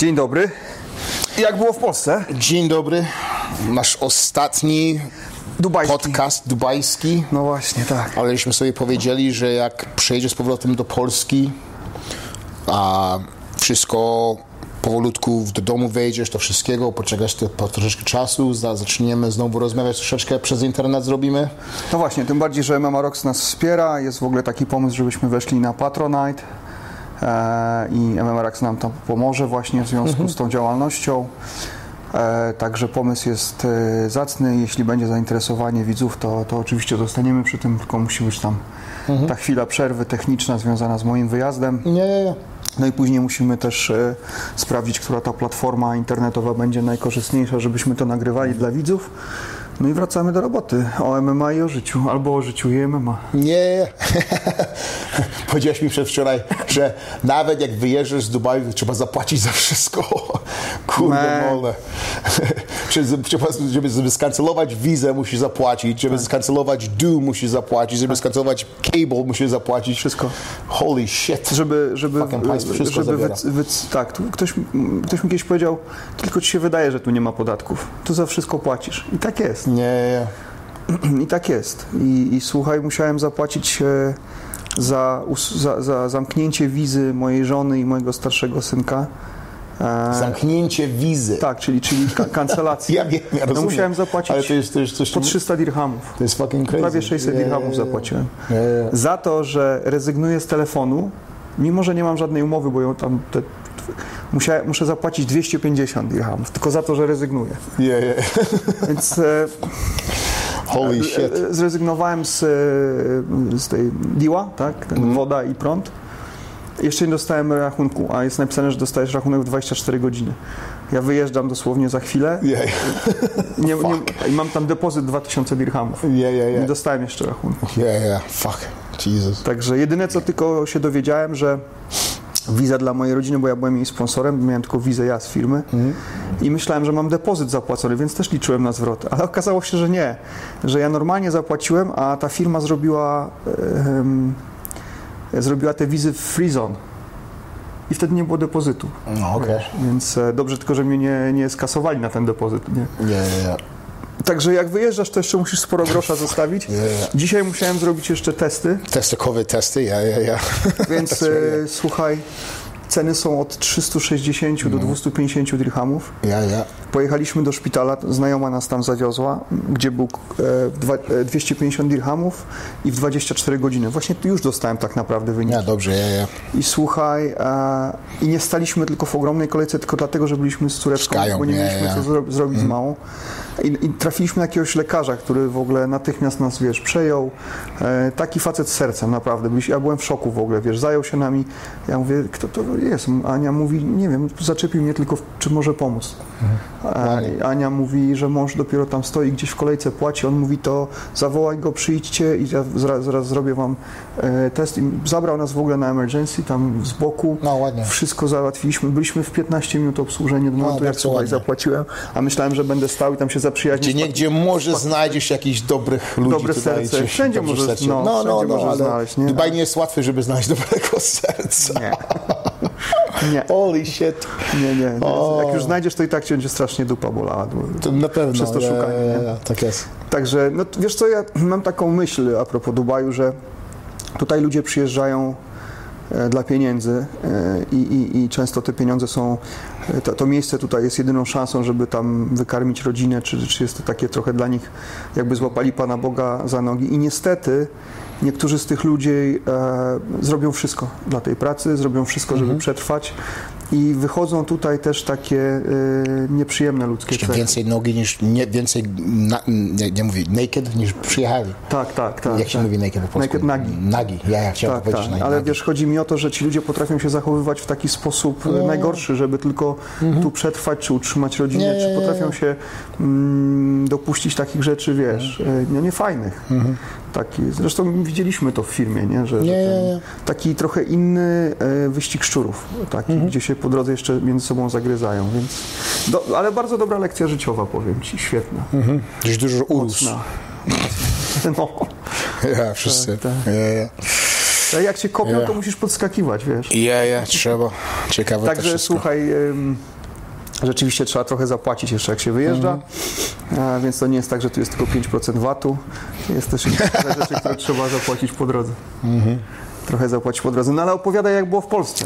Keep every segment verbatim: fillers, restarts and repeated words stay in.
Dzień dobry. Jak było w Polsce? Dzień dobry. Nasz ostatni Dubajski. podcast dubajski. No właśnie, tak. Ale żeśmy sobie powiedzieli, że jak przyjedziesz z powrotem do Polski, a wszystko powolutku do domu wejdziesz, do wszystkiego, poczekasz to, po troszeczkę czasu, za, zaczniemy znowu rozmawiać, troszeczkę przez internet zrobimy. No właśnie, tym bardziej, że M M A Rocks nas wspiera. Jest w ogóle taki pomysł, żebyśmy weszli na Patronite e, i M M A Rocks nam tam pomoże właśnie w związku mhm. z tą działalnością. E, także pomysł jest e, zacny. Jeśli będzie zainteresowanie widzów, to, to oczywiście zostaniemy przy tym, tylko musi być tam mhm. ta chwila przerwy techniczna związana z moim wyjazdem. Nie, nie, nie. No i później musimy też e, sprawdzić, która ta platforma internetowa będzie najkorzystniejsza, żebyśmy to nagrywali dla widzów. No i wracamy do roboty. O M M A i o życiu. Albo o życiu i M M A. Nie. Powiedziałeś mi przedwczoraj, że nawet jak wyjeżdżasz z Dubaju, to trzeba zapłacić za wszystko. Kurde mole. Żeby, żeby skancelować wizę, musisz zapłacić. Żeby tak. skancelować due, musisz zapłacić. Żeby tak. skancelować cable, musisz zapłacić. Wszystko. Holy shit. Żeby, żeby, wszystko żeby wy, wy, tak, tu ktoś, ktoś mi kiedyś powiedział, tylko ci się wydaje, że tu nie ma podatków. Tu za wszystko płacisz. I tak jest. Nie. I tak jest. I, i słuchaj, musiałem zapłacić e, za, za, za zamknięcie wizy mojej żony i mojego starszego synka. E, zamknięcie wizy? Tak, czyli, czyli ka- kancelacja. ja wiem, ja rozumiem. No musiałem zapłacić Ale to jest, to jest coś, po trzysta dirhamów. To jest fucking crazy. Prawie sześćset yeah, dirhamów yeah, yeah. zapłaciłem. Yeah, yeah. Za to, że rezygnuję z telefonu, mimo że nie mam żadnej umowy, bo ją tam... Te, Musia, muszę zapłacić dwieście pięćdziesiąt dirhamów, tylko za to, że rezygnuję. Yeah, yeah. Więc e, Holy shit. Zrezygnowałem z, z tej diła, tak? Ten mm. woda i prąd. Jeszcze nie dostałem rachunku, a jest napisane, że dostajesz rachunek w dwadzieścia cztery godziny. Ja wyjeżdżam dosłownie za chwilę. Yeah. Nie, nie, mam tam depozyt dwa tysiące dirhamów. Yeah, yeah, yeah. Nie dostałem jeszcze rachunku. Yeah, yeah. Fuck. Jesus. Także jedyne, co tylko się dowiedziałem, że wiza dla mojej rodziny, bo ja byłem jej sponsorem, miałem tylko wizę ja z firmy mm. i myślałem, że mam depozyt zapłacony, więc też liczyłem na zwrot, ale okazało się, że nie, że ja normalnie zapłaciłem, a ta firma zrobiła um, zrobiła te wizy w free zone i wtedy nie było depozytu. No, okay. Więc e, dobrze tylko, że mnie nie, nie skasowali na ten depozyt. Nie? Yeah, yeah. Także jak wyjeżdżasz, to jeszcze musisz sporo grosza zostawić. Yeah, yeah. Dzisiaj musiałem zrobić jeszcze testy. Testy, COVID testy, ja, ja, ja. Więc e, słuchaj, ceny są od trzysta sześćdziesiąt mm. do dwieście pięćdziesiąt dirhamów. Ja, ja. Pojechaliśmy do szpitala, znajoma nas tam zawiozła, gdzie był e, dwa, e, dwieście pięćdziesiąt dirhamów i w dwadzieścia cztery godziny. Właśnie tu już dostałem tak naprawdę wyniki. Ja, dobrze, ja, ja. I słuchaj, e, i nie staliśmy tylko w ogromnej kolejce, tylko dlatego, że byliśmy z córeczką, Szkają, bo nie ja, mieliśmy ja. co zro- zrobić mm. z małą. I, I trafiliśmy na jakiegoś lekarza, który w ogóle natychmiast nas, wiesz, przejął. E, taki facet z sercem, naprawdę. Ja byłem w szoku w ogóle, wiesz, zajął się nami. Ja mówię, kto to jest? Ania mówi, nie wiem, zaczepił mnie tylko, czy może pomóc. Mhm. E, Ania mówi, że mąż dopiero tam stoi, gdzieś w kolejce płaci. On mówi, to zawołaj go, przyjdźcie i ja zaraz, zaraz zrobię wam e, test. I zabrał nas w ogóle na emergency, tam z boku. No, ładnie. Wszystko załatwiliśmy. Byliśmy w piętnaście minut obsłużeni do momentu, no, jak słuchaj, zapłaciłem. A myślałem, że będę stał i tam się zaprzyjaźnić. Gdzie niegdzie może spa- znajdziesz jakichś dobrych ludzi. Dobre tutaj, serce. Wszędzie możesz no, no, no, no, ale znaleźć. Nie? Dubaj nie jest łatwy, żeby znaleźć dobrego serca. Nie. Nie. Holy shit. Nie, nie. nie. Jak już znajdziesz, to i tak cię będzie strasznie dupa bolała. To na pewno. Przez to ja, szukanie. Ja, ja, ja. Tak jest. Także, no wiesz co, ja mam taką myśl a propos Dubaju, że tutaj ludzie przyjeżdżają dla pieniędzy i, i, i często te pieniądze są, to, to miejsce tutaj jest jedyną szansą, żeby tam wykarmić rodzinę, czy, czy jest to takie trochę dla nich, jakby złapali Pana Boga za nogi i niestety niektórzy z tych ludzi e, zrobią wszystko dla tej pracy, zrobią wszystko, żeby mhm. przetrwać i wychodzą tutaj też takie e, nieprzyjemne ludzkie Jeszcze cechy. Więcej nogi niż, nie, więcej, na, nie, nie mówię naked niż przyjechali. Tak, tak, tak. Jak się tak. mówi naked po polsku? Naked nagi. Nagi, ja, ja chciałem tak, powiedzieć tak. nagi. Ale wiesz, chodzi mi o to, że ci ludzie potrafią się zachowywać w taki sposób no. najgorszy, żeby tylko mhm. tu przetrwać, czy utrzymać rodzinę, nie, czy potrafią się mm, dopuścić takich rzeczy, wiesz, mhm. no niefajnych. Mhm. Taki, zresztą widzieliśmy to w filmie, nie? Że, nie, że ten, nie, nie. taki trochę inny e, wyścig szczurów, taki, mhm. gdzie się po drodze jeszcze między sobą zagryzają, więc do, ale bardzo dobra lekcja życiowa, powiem ci, świetna. Mhm. Gdzieś dużo urósł. No. Ja, wszyscy. Tak, tak. Ja, ja. A jak cię kopią, yeah. to musisz podskakiwać, wiesz. Ja, ja, trzeba. Ciekawe Także to słuchaj, Rzeczywiście trzeba trochę zapłacić jeszcze jak się wyjeżdża, a, więc to nie jest tak, że tu jest tylko pięć procent vatu, jest też parę rzeczy, które trzeba zapłacić po drodze. Mhm. Trochę zapłacić po drodze, no ale opowiadaj jak było w Polsce.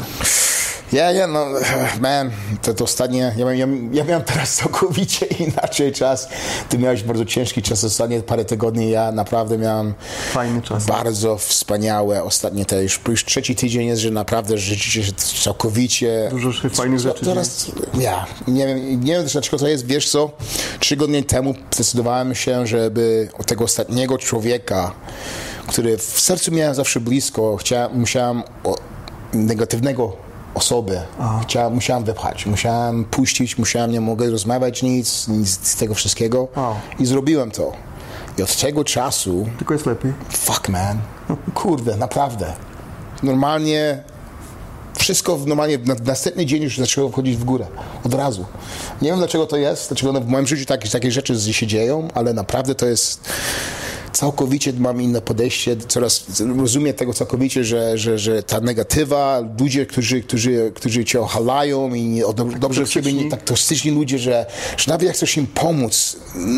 Ja, ja, no, man, to, to ostatnie, ja, ja, ja miałem teraz całkowicie inaczej czas. Ty miałeś bardzo ciężki czas, ostatnie parę tygodni, ja naprawdę miałem fajny czas. Bardzo wspaniałe ostatnie te, już, już trzeci tydzień jest, że naprawdę życie się całkowicie... Dużo fajnych rzeczy. Teraz, ja, nie wiem, nie wiem też dlaczego to jest, wiesz co, trzy tygodnie temu zdecydowałem się, żeby od tego ostatniego człowieka, który w sercu miałem zawsze blisko, chciałem, musiałem o, negatywnego osoby. Chciałem, musiałem wypchać, musiałem puścić, musiałem, nie mogę rozmawiać nic, nic z tego wszystkiego. Wow. I zrobiłem to. I od tego czasu... Tylko jest lepiej. Fuck, man. Kurde, naprawdę. Normalnie wszystko, normalnie na następny dzień już zaczęło wchodzić w górę. Od razu. Nie wiem, dlaczego to jest, dlaczego w moim życiu takie, takie rzeczy się dzieją, ale naprawdę to jest... Całkowicie mam inne podejście, coraz rozumiem tego całkowicie, że, że, że ta negatywa, ludzie, którzy, którzy, którzy cię ochalają i nie, tak dobrze w ciebie, nie, tak toksyczni ludzie, że, że nawet jak chcesz im pomóc,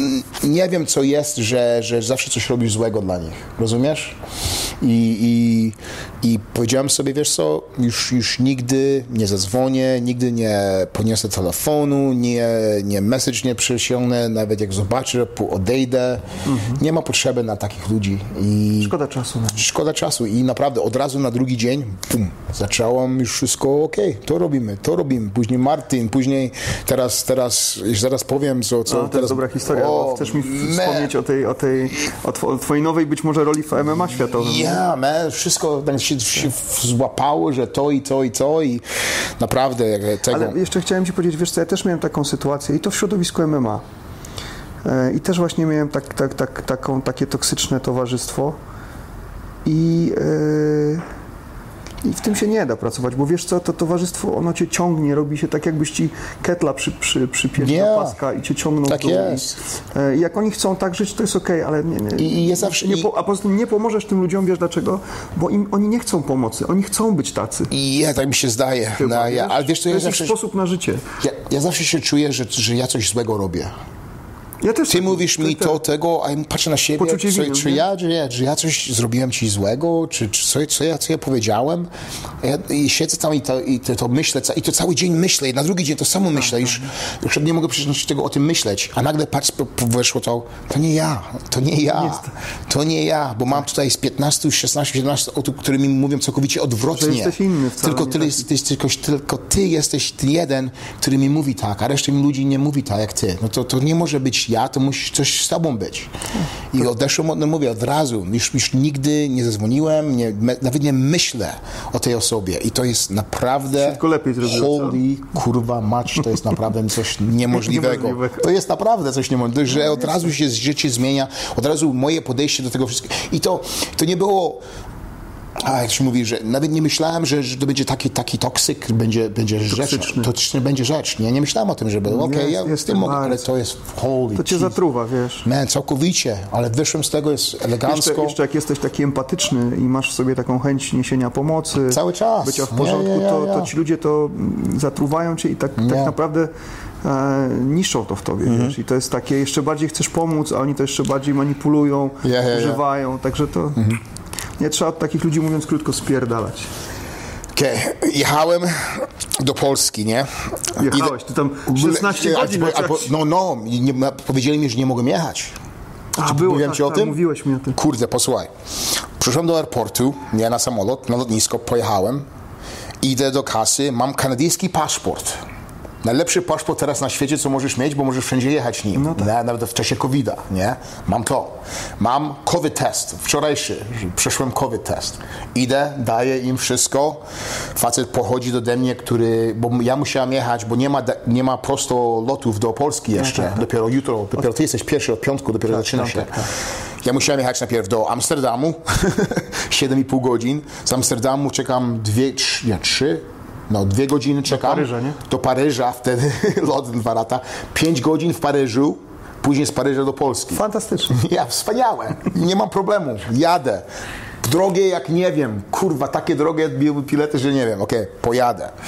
nie wiem co jest, że, że zawsze coś robisz złego dla nich, rozumiesz? I, i, i powiedziałem sobie, wiesz co, już, już nigdy nie zadzwonię, nigdy nie poniosę telefonu, nie, nie message nie przysiągnę, nawet jak zobaczę, odejdę, mhm. Nie ma potrzeby na takich ludzi. I szkoda czasu. No. Szkoda czasu i naprawdę od razu na drugi dzień pum, zacząłem już wszystko, okej, okay, to robimy, to robimy. Później Martin, później teraz, teraz już zaraz powiem, co... co no, to teraz... jest dobra historia, o, chcesz mi wspomnieć o tej, o tej, o twojej nowej być może roli w M M A światowym. Ja, yeah, man, wszystko tak się, się złapało, że to i to i to i naprawdę tego... Ale jeszcze chciałem ci powiedzieć, wiesz co, ja też miałem taką sytuację i to w środowisku M M A. I też właśnie miałem tak, tak, tak, taką, takie toksyczne towarzystwo i, yy, i w tym się nie da pracować, bo wiesz co, to towarzystwo, ono cię ciągnie, robi się tak jakbyś ci ketla przy, przy, przypiął yeah. do paska i cię ciągną tak w dół. Jest. I, jak oni chcą tak żyć, to jest okej, okay, ale nie, nie, I, i zawsze, nie po, a poza tym nie pomożesz tym ludziom, wiesz dlaczego? Bo im, oni nie chcą pomocy, oni chcą być tacy. I ja, tak mi się zdaje. Chyba, no, wiesz? ja, ale wiesz, to, to ja jest zawsze, ich sposób na życie. Ja, ja zawsze się czuję, że, że ja coś złego robię. Ja też Ty tak, mówisz mi tak, to, tego, a ja patrzę na siebie, Poczucie co, winy, czy, ja, czy, ja, czy ja coś zrobiłem ci złego, czy, czy co, co, ja, co ja powiedziałem. Ja, I siedzę tam i to, i to, to myślę, i to cały dzień myślę, i na drugi dzień to samo tak, myślę, już, już nie mogę przecież tego o tym myśleć, a nagle patrz, wyszło to, to nie ja, to nie ja, to nie ja, bo mam tutaj z piętnastu, szesnastu, siedemnastu osób, które mi mówią całkowicie odwrotnie. Że jesteś inny wcale, tylko, ty, tak. jesteś, tylko, tylko ty jesteś jeden, który mi mówi tak, a reszta ludzi nie mówi tak jak ty. No to, to nie może być ja, to musi coś z tobą być. I odeszłem, no mówię, od razu, już, już nigdy nie zadzwoniłem, nie, nawet nie myślę o tej osobie i to jest naprawdę wszystko lepiej zrobiło, holy kurwa mać, to jest naprawdę coś niemożliwego. niemożliwego. To jest naprawdę coś niemożliwego, że od razu się życie zmienia, od razu moje podejście do tego wszystkiego. I to, to nie było a jak się mówi, że nawet nie myślałem, że, że to będzie taki, taki toksyk, będzie, będzie rzecz, to będzie rzecz, nie? Nie myślałem o tym, że okej, okay, ja z tym mogę, ale to jest holy to cię cheese. Zatruwa, wiesz. Man, całkowicie, ale wyszłem z tego, jest elegancko. Jeszcze, jeszcze jak jesteś taki empatyczny i masz w sobie taką chęć niesienia pomocy, cały czas, bycia w porządku, ja, ja, ja, to, ja. to ci ludzie to zatruwają cię i tak, tak naprawdę e, niszczą to w tobie, mm-hmm. wiesz. I to jest takie, jeszcze bardziej chcesz pomóc, a oni to jeszcze bardziej manipulują, ja, ja, używają, ja. także to... Mm-hmm. Nie trzeba od takich ludzi, mówiąc krótko, spierdalać. Okej, okay. Jechałem do Polski, nie? Jechałeś, ty tam szesnaście godzin. Albo, albo, no, no, nie, powiedzieli mi, że nie mogę jechać. A, Czy było, mówiłem tak, ci o tak, tym? Mówiłeś mi o tym. Kurde, posłuchaj. Przyszłem do aeroportu, nie na samolot, na lotnisko, pojechałem, idę do kasy, mam kanadyjski paszport. Najlepszy paszport teraz na świecie, co możesz mieć, bo możesz wszędzie jechać nim. No tak. nie? Nawet w czasie kowida, nie? Mam to. Mam COVID test, wczorajszy. Przeszłem COVID test. Idę, daję im wszystko. Facet pochodzi do mnie, który... Bo ja musiałem jechać, bo nie ma, nie ma prosto lotów do Polski jeszcze. No tak, tak. Dopiero jutro. Dopiero ty jesteś pierwszy od piątku, dopiero tak, zaczyna tak, się. Tak, tak. Ja musiałem jechać najpierw do Amsterdamu. siedem i pół godzin. Z Amsterdamu czekam dwie, trzy, nie, trzy No, dwie godziny czekam. Do Paryża, nie? Do Paryża, wtedy lot dwa lata. Pięć godzin w Paryżu, później z Paryża do Polski. Fantastycznie. Ja, wspaniałe. Nie mam problemu. Jadę. Drogie jak nie wiem. Kurwa, takie drogie były bilety, że nie wiem. Okej, okay, pojadę.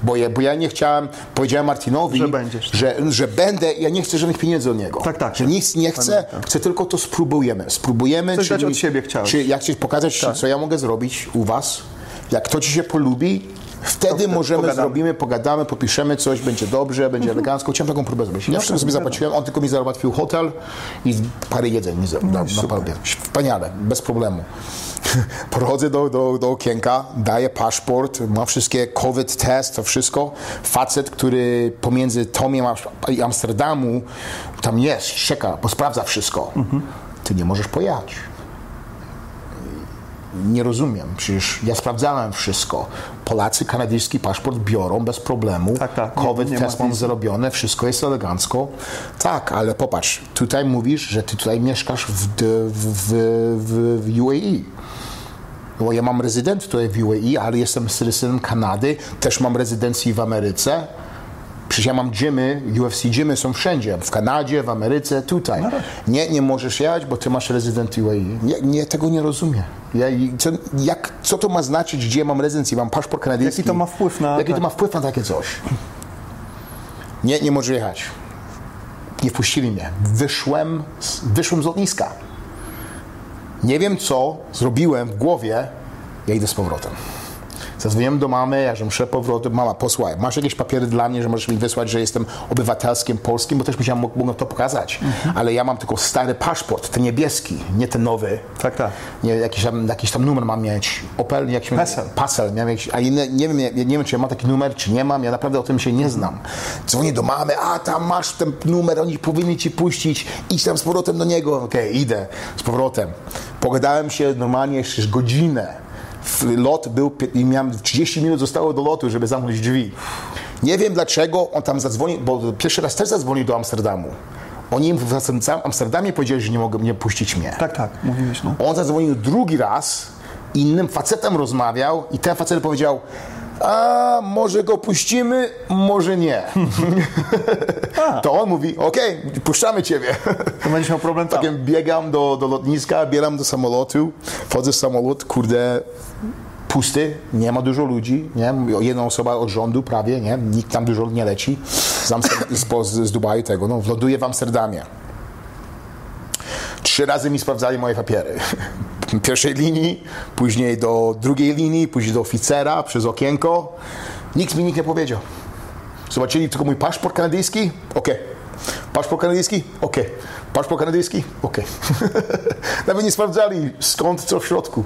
Bo ja, bo ja nie chciałem, powiedziałem Martinowi, że, będziesz. że, że będę, ja nie chcę żadnych pieniędzy od niego. Tak, tak. Że nic nie chcę, Pamiętam. chcę tylko to spróbujemy. Spróbujemy, coś czyli, dać od siebie chciałeś. Czy jak chcesz pokazać, tak. co ja mogę zrobić u was, jak to ci się polubi, wtedy wtedy możemy, pogadamy. zrobimy, pogadamy, popiszemy coś, będzie dobrze, będzie mhm. elegancko. Chciałem taką próbę zrobić. Ja wszystko sobie zapłaciłem, on tylko mi załatwił hotel i parę jedzeń mi zrobił. No, na, na Wspaniale, bez problemu. Podchodzę do, do, do okienka, daję paszport, ma wszystkie COVID test, to wszystko. Facet, który pomiędzy Tomiem i Amsterdamu tam jest, czeka, bo sprawdza wszystko. Mhm. Ty nie możesz pojechać. Nie rozumiem, przecież ja sprawdzałem wszystko. Polacy kanadyjski paszport biorą bez problemu. Tak, tak. COVID nie, nie test mam zrobione, wszystko jest elegancko. Tak, ale popatrz, tutaj mówisz, że ty tutaj mieszkasz w, w, w, w U A E. Bo ja mam rezydent tutaj w U A E, ale jestem citizenem Kanady, też mam rezydencję w Ameryce. Przecież ja mam gymy, U F C gymy są wszędzie, w Kanadzie, w Ameryce, tutaj. Nie, nie możesz jechać, bo ty masz rezydent U A E. Nie, nie, tego nie rozumiem. Ja, co, jak, co to ma znaczyć, gdzie mam rezydencję, mam paszport kanadyjski? Jaki to ma wpływ na... Jaki to ma wpływ na takie coś? Nie, nie może jechać. Nie wpuścili mnie. Wyszłem, wyszłem z lotniska. Nie wiem, co zrobiłem w głowie, ja idę z powrotem. Zadzwoniłem do mamy, ja że muszę powrotem, mama, posłuchaj, masz jakieś papiery dla mnie, że możesz mi wysłać, że jestem obywatelskim polskim, bo też musiałem, mogłem to pokazać, mhm. ale ja mam tylko stary paszport, ten niebieski, nie ten nowy. Tak, tak. Nie, jakiś, tam, jakiś tam numer mam mieć, Opel, jakiś... Pasel. Pasel, miałem jakiś, a inne, nie wiem, nie, nie wiem, czy ja mam taki numer, czy nie mam, ja naprawdę o tym się nie znam. Dzwonię do mamy, a tam masz ten numer, oni powinni ci puścić, idź tam z powrotem do niego. Okej, okay, idę z powrotem. Pogadałem się normalnie jeszcze godzinę. Lot był i miałem trzydzieści minut zostało do lotu, żeby zamknąć drzwi. Nie wiem dlaczego on tam zadzwonił, bo pierwszy raz też zadzwonił do Amsterdamu. Oni im w Amsterdamie powiedzieli, że nie mogą mnie puścić mnie. Tak, tak, mówiłeś, no. On zadzwonił drugi raz, innym facetem rozmawiał i ten facet powiedział: a może go puścimy, może nie. To on mówi: okej, okay, puszczamy ciebie. To będziesz miał problem tam. Tak, biegam do, do lotniska, bieram do samolotu, wchodzę w samolot, kurde, pusty, nie ma dużo ludzi, nie? Jedna osoba od rządu prawie, nie? Nikt tam dużo nie leci z, Amster- z, z Dubaju tego, no, ląduję w Amsterdamie. Trzy razy mi sprawdzali moje papiery. Pierwszej linii, później do drugiej linii, później do oficera, przez okienko. Nikt mi nikt nie powiedział. Zobaczyli tylko mój paszport kanadyjski? Okej. Okay. Paszport kanadyjski? Okej. Okay. Paszport kanadyjski? Okej. Okay. Nawet nie sprawdzali skąd, co w środku.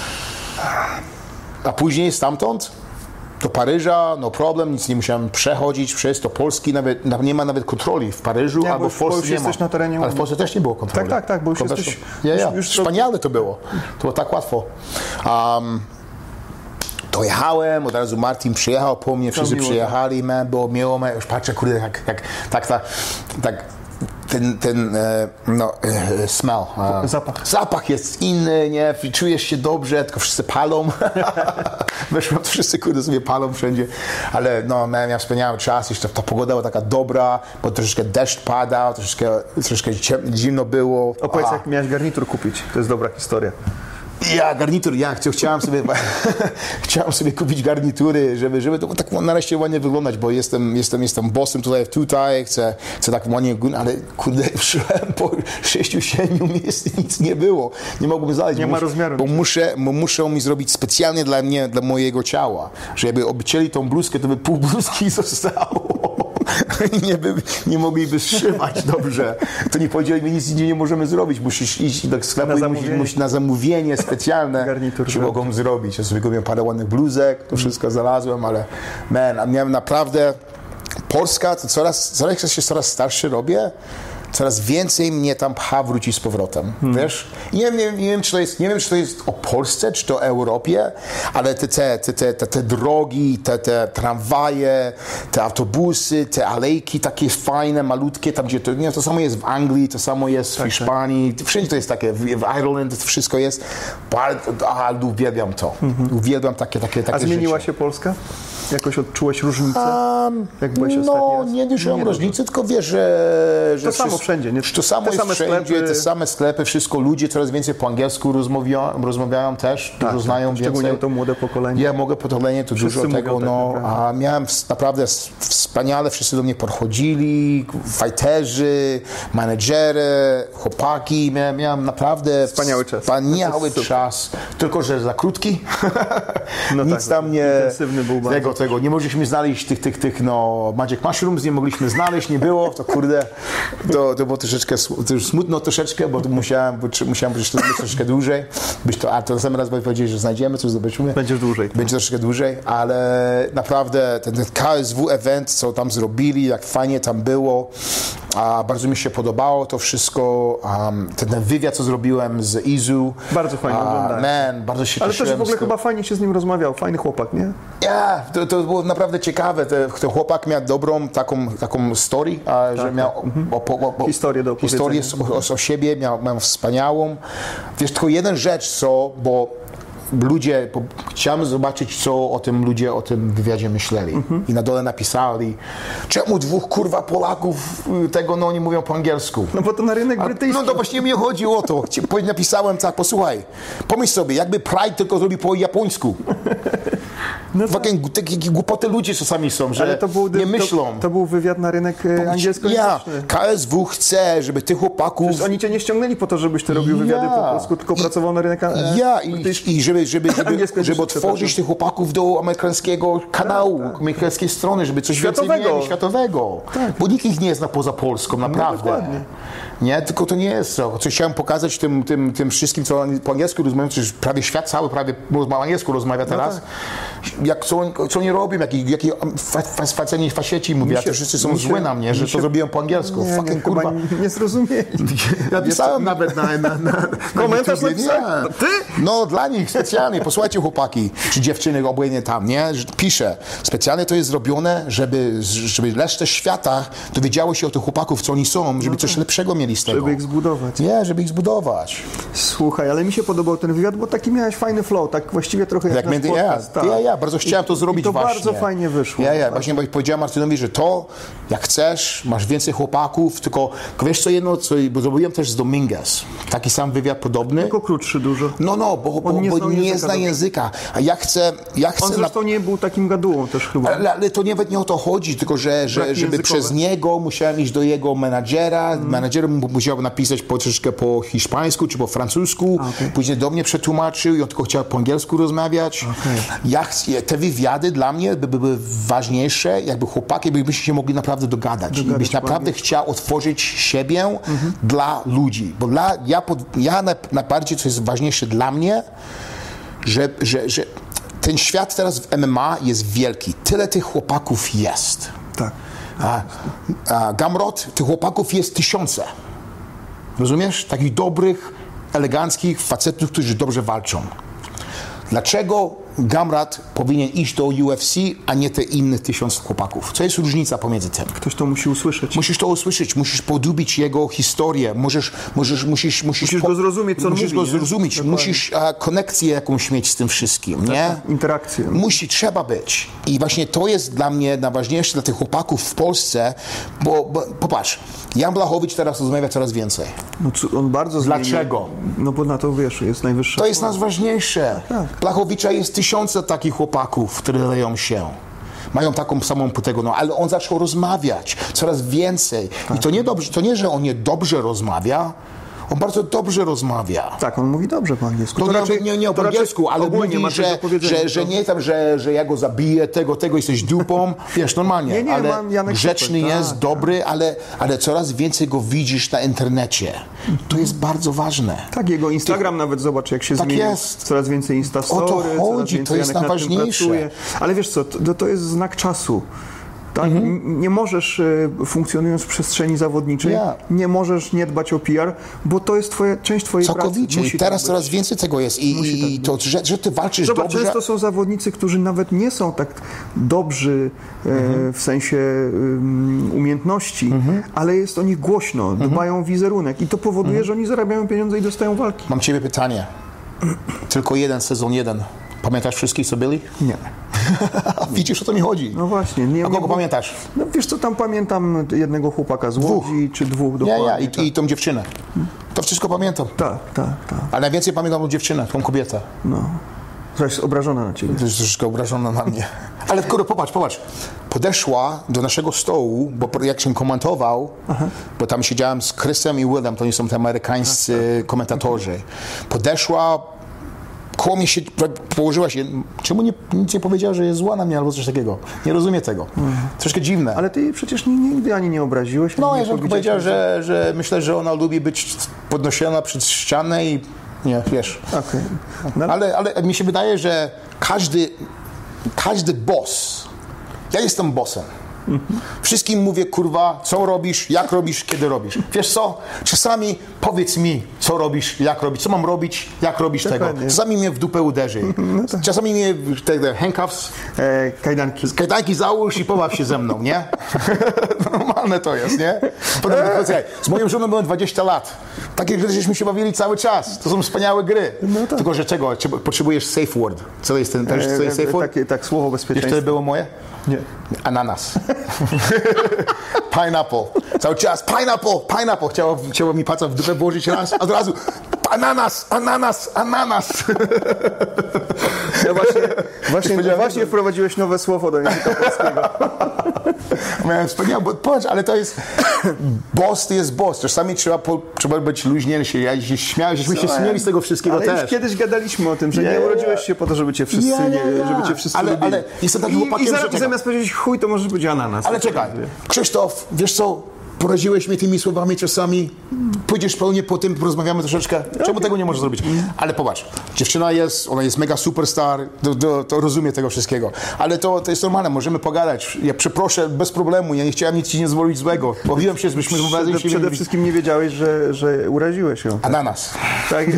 A później stamtąd do Paryża, no problem, nic nie musiałem przechodzić przez to Polski, nawet, nie ma nawet kontroli w Paryżu, nie, albo w Polsce nie ma. Na terenie ale w Polsce też nie było kontroli. Tak, tak, tak, bo już to jesteś... Ja, ja. Już, już Wspaniale to było. To było tak łatwo. Um, dojechałem, od razu Martin przyjechał po mnie, wszyscy miło, przyjechali, tak. Było miło, już patrzę, kurde, jak, jak tak, tak, tak ten, ten no, smell. Zapach. Zapach jest inny, nie? Czujesz się dobrze, tylko wszyscy palą. Weszłem, wszyscy kurde sobie palą wszędzie. Ale no, miałem wspaniały czas, jeszcze ta pogoda była taka dobra, bo troszeczkę deszcz padał, troszeczkę, troszeczkę zimno było. Opowiedz, jak miałeś garnitur kupić, to jest dobra historia. Ja, garnitur, ja chciałem sobie, chciałem sobie kupić garnitury, żeby, żeby to tak nareszcie ładnie wyglądać, bo jestem, jestem, jestem bossem tutaj, tutaj, chcę, chcę tak ładnie, ale kurde, szłem po sześciu, siedmiu miejsc i nic nie było. Nie mogłem znaleźć. Nie bo ma mus, rozmiaru. Bo muszę, bo muszę mi zrobić specjalnie dla mnie, dla mojego ciała. Żeby obcięli tą bluzkę, to by pół bluzki zostało. Nie, by, nie mogliby zszywać dobrze. To nie powiedzieli mi, nic nie możemy zrobić. Musisz iść do sklepu na i musisz, musisz na zamówienie specjalne czy mogą zrobić. Ja sobie kupiłem parę ładnych bluzek, to wszystko znalazłem, ale man, miałem naprawdę Polska, to coraz, coraz jak się coraz starszy robię, coraz więcej mnie tam pcha wrócić z powrotem, hmm. wiesz? I nie, nie, nie, wiem, czy to jest, nie wiem, czy to jest o Polsce, czy to o Europie, ale te, te, te, te, te, te drogi, te, te tramwaje, te autobusy, te alejki takie fajne, malutkie, tam gdzie to, nie, to samo jest w Anglii, to samo jest w tak, Hiszpanii, tak. Wszędzie to jest takie, w, w Ireland to wszystko jest, bardzo, a, uwielbiam to, mm-hmm. uwielbiam takie, takie, takie A zmieniła rzeczy. się Polska? Jakoś odczułeś różnicę? Um, Jak byłeś no, ostatni raz? nie czułem różnicy, tylko wiesz, że, że to samo wszystko, wszędzie, nie? To samo te jest same wszędzie, sklepy. te same sklepy, wszystko, ludzie coraz więcej po angielsku rozmawiają, rozmawiają też, Tak, dużo znają tak, szczególnie więcej. to młode pokolenie. Ja mogę pokolenie, to Wszyscy dużo mówią tego, tak, no, naprawdę. a miałem naprawdę wspaniale, wszyscy do mnie podchodzili, fajterzy, menedżery, chłopaki, miałem, miałem naprawdę Wspaniały czas. wspaniały Super. czas, tylko że za krótki, No nic tak, tam nie, intensywny był bardzo. tego, tego, nie mogliśmy znaleźć tych, tych, tych, no, Magic Mushrooms, nie mogliśmy znaleźć, nie było, to kurde, to, to było troszeczkę, smu- to już smutno troszeczkę, bo to musiałem, bo, musiałem być to troszeczkę dłużej, być to, a to sam raz powiedzieli, że znajdziemy, coś zobaczymy. Będziesz dłużej. Będzie troszkę dłużej, ale naprawdę ten, ten K S W event, co tam zrobili, jak fajnie tam było, a bardzo mi się podobało to wszystko, um, ten, ten wywiad, co zrobiłem z Izu. Bardzo fajnie oglądałem. Man, bardzo się Ale cieszyłem też w ogóle z tego. chyba fajnie się z nim rozmawiał, fajny chłopak, nie? Ja, to, to było naprawdę ciekawe. Te, ten chłopak miał dobrą taką, taką story, a, że miał o, o, o, Historię do opowiedzenia. historię o, o siebie, miał, miał wspaniałą. Wiesz, tylko jeden rzecz, co, bo ludzie, bo chciałem zobaczyć, co o tym ludzie o tym wywiadzie myśleli. I na dole napisali, czemu dwóch kurwa Polaków y, tego no nie mówią po angielsku. No bo to na rynek A, brytyjski. no to właśnie mi chodzi o to. Ci- po- Napisałem tak, posłuchaj, pomyśl sobie, jakby Pride tylko zrobił po japońsku. No tak. Fucking, takie głupoty ludzie czasami są, że Ale to był, nie myślą. To, to był wywiad na rynek e, angielskojęzyczny. Ja, K S W chce, żeby tych chłopaków... Przecież oni cię nie ściągnęli po to, żebyś ty robił wywiady Ja. po polsku, tylko I- pracował na rynek e, Ja, i, brytyjski. i żeby, żeby, żeby, Angielskojęzyczny, żeby otworzyć przepraszam. tych chłopaków do amerykańskiego kanału, Tak, tak. amerykańskiej strony, żeby coś Światowego. więcej mieli, światowego. Bo nikt ich nie zna poza Polską, naprawdę. dokładnie. Nie, tylko to nie jest to. Co chciałem pokazać tym, tym, tym wszystkim, co oni po angielsku rozmawiają, przecież prawie świat cały prawie po angielsku rozmawia teraz. tak. Jak, co, oni, co oni robią, jaki, jaki fa, fa, faceni faceci mówią, a się- to wszyscy są mi się- złe na mnie, że mi to się- zrobiłem po angielsku. Nie, Fucking nie, kurwa. chyba nie, nie zrozumieli. Ja pisałem nawet na, na, na, na Komentarz YouTubie, napisałem. nie. Ty? No dla nich specjalnie, posłuchajcie chłopaki, czy dziewczyny obojętnie tam, nie? Że piszę, specjalnie to jest zrobione, żeby, żeby resztę świata dowiedziało się o tych chłopaków, co oni są, żeby coś lepszego mieli z tego. Żeby ich zbudować. Nie, żeby ich zbudować. Słuchaj, ale mi się podobał ten wywiad, bo taki miałeś fajny flow, tak właściwie trochę jak, Jak nasz między, ja, podcast. tak. ja, ja, bardzo chciałem to zrobić I to właśnie. bardzo fajnie wyszło. Ja, ja, właśnie powiedziałem Martynowi, że to, jak chcesz, masz więcej chłopaków, tylko wiesz co jedno, co, bo zrobiłem też z Dominguez, taki sam wywiad podobny. Tylko krótszy dużo. No, no, bo, bo, On nie bo znał nie języka zna dobrze. języka, a ja chcę, ja chcę On na, zresztą nie był takim gadułą też chyba. ale, ale to nawet nie o to chodzi, tylko że, że Braki żeby językowe. przez niego musiałem iść do jego menadżera, mm. menadżer mu musiał napisać po, troszeczkę po hiszpańsku czy po francusku, A, okej. później do mnie przetłumaczył i on tylko chciał po angielsku rozmawiać. Okej. Ja, ch- te wywiady dla mnie by były ważniejsze, jakby chłopaki byśmy się mogli naprawdę dogadać. I Dogadać byś po naprawdę angielsku. chciał otworzyć siebie dla ludzi. Bo dla, ja, pod, ja na, najbardziej, co jest ważniejsze dla mnie, że, że, że ten świat teraz w M M A jest wielki. Tyle tych chłopaków jest. Tak. A, a Gamrot, tych chłopaków jest tysiące. Rozumiesz? Takich dobrych, eleganckich facetów, którzy dobrze walczą. Dlaczego Gamrat powinien iść do U F C, a nie te inne tysiąc chłopaków? Co jest różnica pomiędzy tym? Ktoś to musi usłyszeć. Musisz to usłyszeć, musisz podubić jego historię, możesz, możesz, musisz, musisz, Musisz go zrozumieć, co on musisz mówi, go nie? zrozumieć, Dokładnie. musisz a, konekcję jakąś mieć z tym wszystkim, nie? Interakcję. Musi, trzeba być. I właśnie to jest dla mnie najważniejsze dla tych chłopaków w Polsce, bo, bo popatrz, Jan Blachowicz teraz rozmawia coraz więcej. No, co- on bardzo Dlaczego? Zmienił. No bo na to wiesz, jest najwyższa. To jest najważniejsze. Tak. Blachowicza jest tysiące takich chłopaków, które leją się. Mają taką samą tego, no, ale on zaczął rozmawiać coraz więcej. I to nie, dobrze, to nie, że on nie dobrze rozmawia, on bardzo dobrze rozmawia. Tak, on mówi dobrze po angielsku. No, To nie, raczej- nie, nie o to raczej angielsku, ale ogólnie mówi, ma coś do że, powiedzenia, że, że to- nie tam, że, że ja go zabiję, tego, tego, jesteś dupą. Wiesz, normalnie, Nie, nie, ale mam Janek grzeczny super, jest, tak, dobry, ale, ale coraz więcej go widzisz na internecie. To jest bardzo ważne. Tak, jego Instagram nawet zobacz, jak się Tak zmienił. jest. Coraz więcej Instastory, O to coraz chodzi, więcej to jest Janek nad tym najważniejsze. pracuje. Ale wiesz co, to, to jest znak czasu. Tak? Mhm. N- Nie możesz, e, funkcjonując w przestrzeni zawodniczej, Ja. nie możesz nie dbać o P R, bo to jest twoje, część twojej Całkowicie. pracy. Musi I teraz tak coraz być. więcej tego jest. I, Musi i, tak i to, że, że ty walczysz Zobacz, dobrze. często są zawodnicy, którzy nawet nie są tak dobrzy e, Mhm. w sensie um, umiejętności, ale jest o nich głośno, Mhm. dbają o wizerunek i to powoduje, że oni zarabiają pieniądze i dostają walki. Mam ciebie pytanie. Tylko jeden, sezon jeden. Pamiętasz wszystkich, co byli? Nie. Widzisz, o to mi chodzi. No właśnie. Nie, A kogo nie, pamiętasz? No wiesz co, tam pamiętam jednego chłopaka z Dwóch. Łodzi, czy dwóch Ja, dokładnie. ja, i, tak. i tą dziewczynę. To wszystko pamiętam. Tak, tak, tak. Ale najwięcej pamiętam tą dziewczynę, tą kobietę. No. Która jest obrażona na ciebie. To jest troszkę obrażona na mnie. Ale kurde, popatrz, popatrz. Podeszła do naszego stołu, bo jak się komentował, Aha. bo tam siedziałem z Chrisem i Willem, to oni są te amerykańscy komentatorzy. Podeszła, koło mnie się, położyła się. Czemu nie, nic nie powiedziała, że jest zła na mnie albo coś takiego? Nie rozumiem tego. Mhm. Troszkę dziwne. Ale ty jej przecież nigdy ani nie obraziłeś. No, nie ja bym powiedział, że, że myślę, że ona lubi być podnoszona przez ścianę i nie, wiesz. Okay. No. Ale, ale mi się wydaje, że każdy, każdy boss, ja jestem bossem. Mhm. Wszystkim mówię, kurwa, co robisz, jak robisz, kiedy robisz. Wiesz co? Czasami powiedz mi, co robisz, jak robisz, co mam robić, jak robisz tego. Czasami mnie w dupę uderzy. No tak. Czasami mnie te, te handcuffs, e, kajdanki. kajdanki załóż i pobaw się ze mną, nie? Normalne to jest, nie? Potem, e. Z moją żoną byłem dwadzieścia lat. Takie gry żeśmy się bawili cały czas. To są wspaniałe gry. No tak. Tylko, że czego? Potrzebujesz safe word. Co jest ten, ten co jest safe word? Takie, tak, słowo bezpieczeństwa. Wiesz, to było moje? Nie. Ananas. Pineapple. Cały czas pineapple, pineapple. Chciało, chciało mi palca w dupę włożyć raz, a od razu ananas, ananas, ananas. Ja właśnie, właśnie, właśnie wprowadziłeś nowe słowo do języka polskiego. Miałem wspaniałe, bo patrz, ale to jest boss to jest boss. Czasami trzeba, po, trzeba być luźniejszy. Ja się śmiałem, żeśmy się śmiali z tego wszystkiego ale też. Już kiedyś gadaliśmy o tym, że yeah, nie urodziłeś się po to, żeby cię wszyscy, yeah, yeah, yeah. żeby cię wszyscy ale, lubili. Ale jestem takim chłopakiem, I, i zaraz, że zamiast powiedzieć chuj, to możesz być ananas. Ale czekaj, Krzysztof, wiesz co? Poraziłeś mnie tymi słowami czasami. Pójdziesz pełnie po tym, porozmawiamy troszeczkę. Czemu okay. tego nie możesz zrobić? Ale popatrz, dziewczyna jest, ona jest mega superstar, to, to, to rozumie tego wszystkiego. Ale to, to jest normalne, możemy pogadać. Ja przeproszę bez problemu, ja nie chciałem nic ci nie zwolić złego. Bawiłem się, żebyśmy rozmawiali. Przede, przede wszystkim nie wiedziałeś, że, że uraziłeś ją. Ananas. Tak.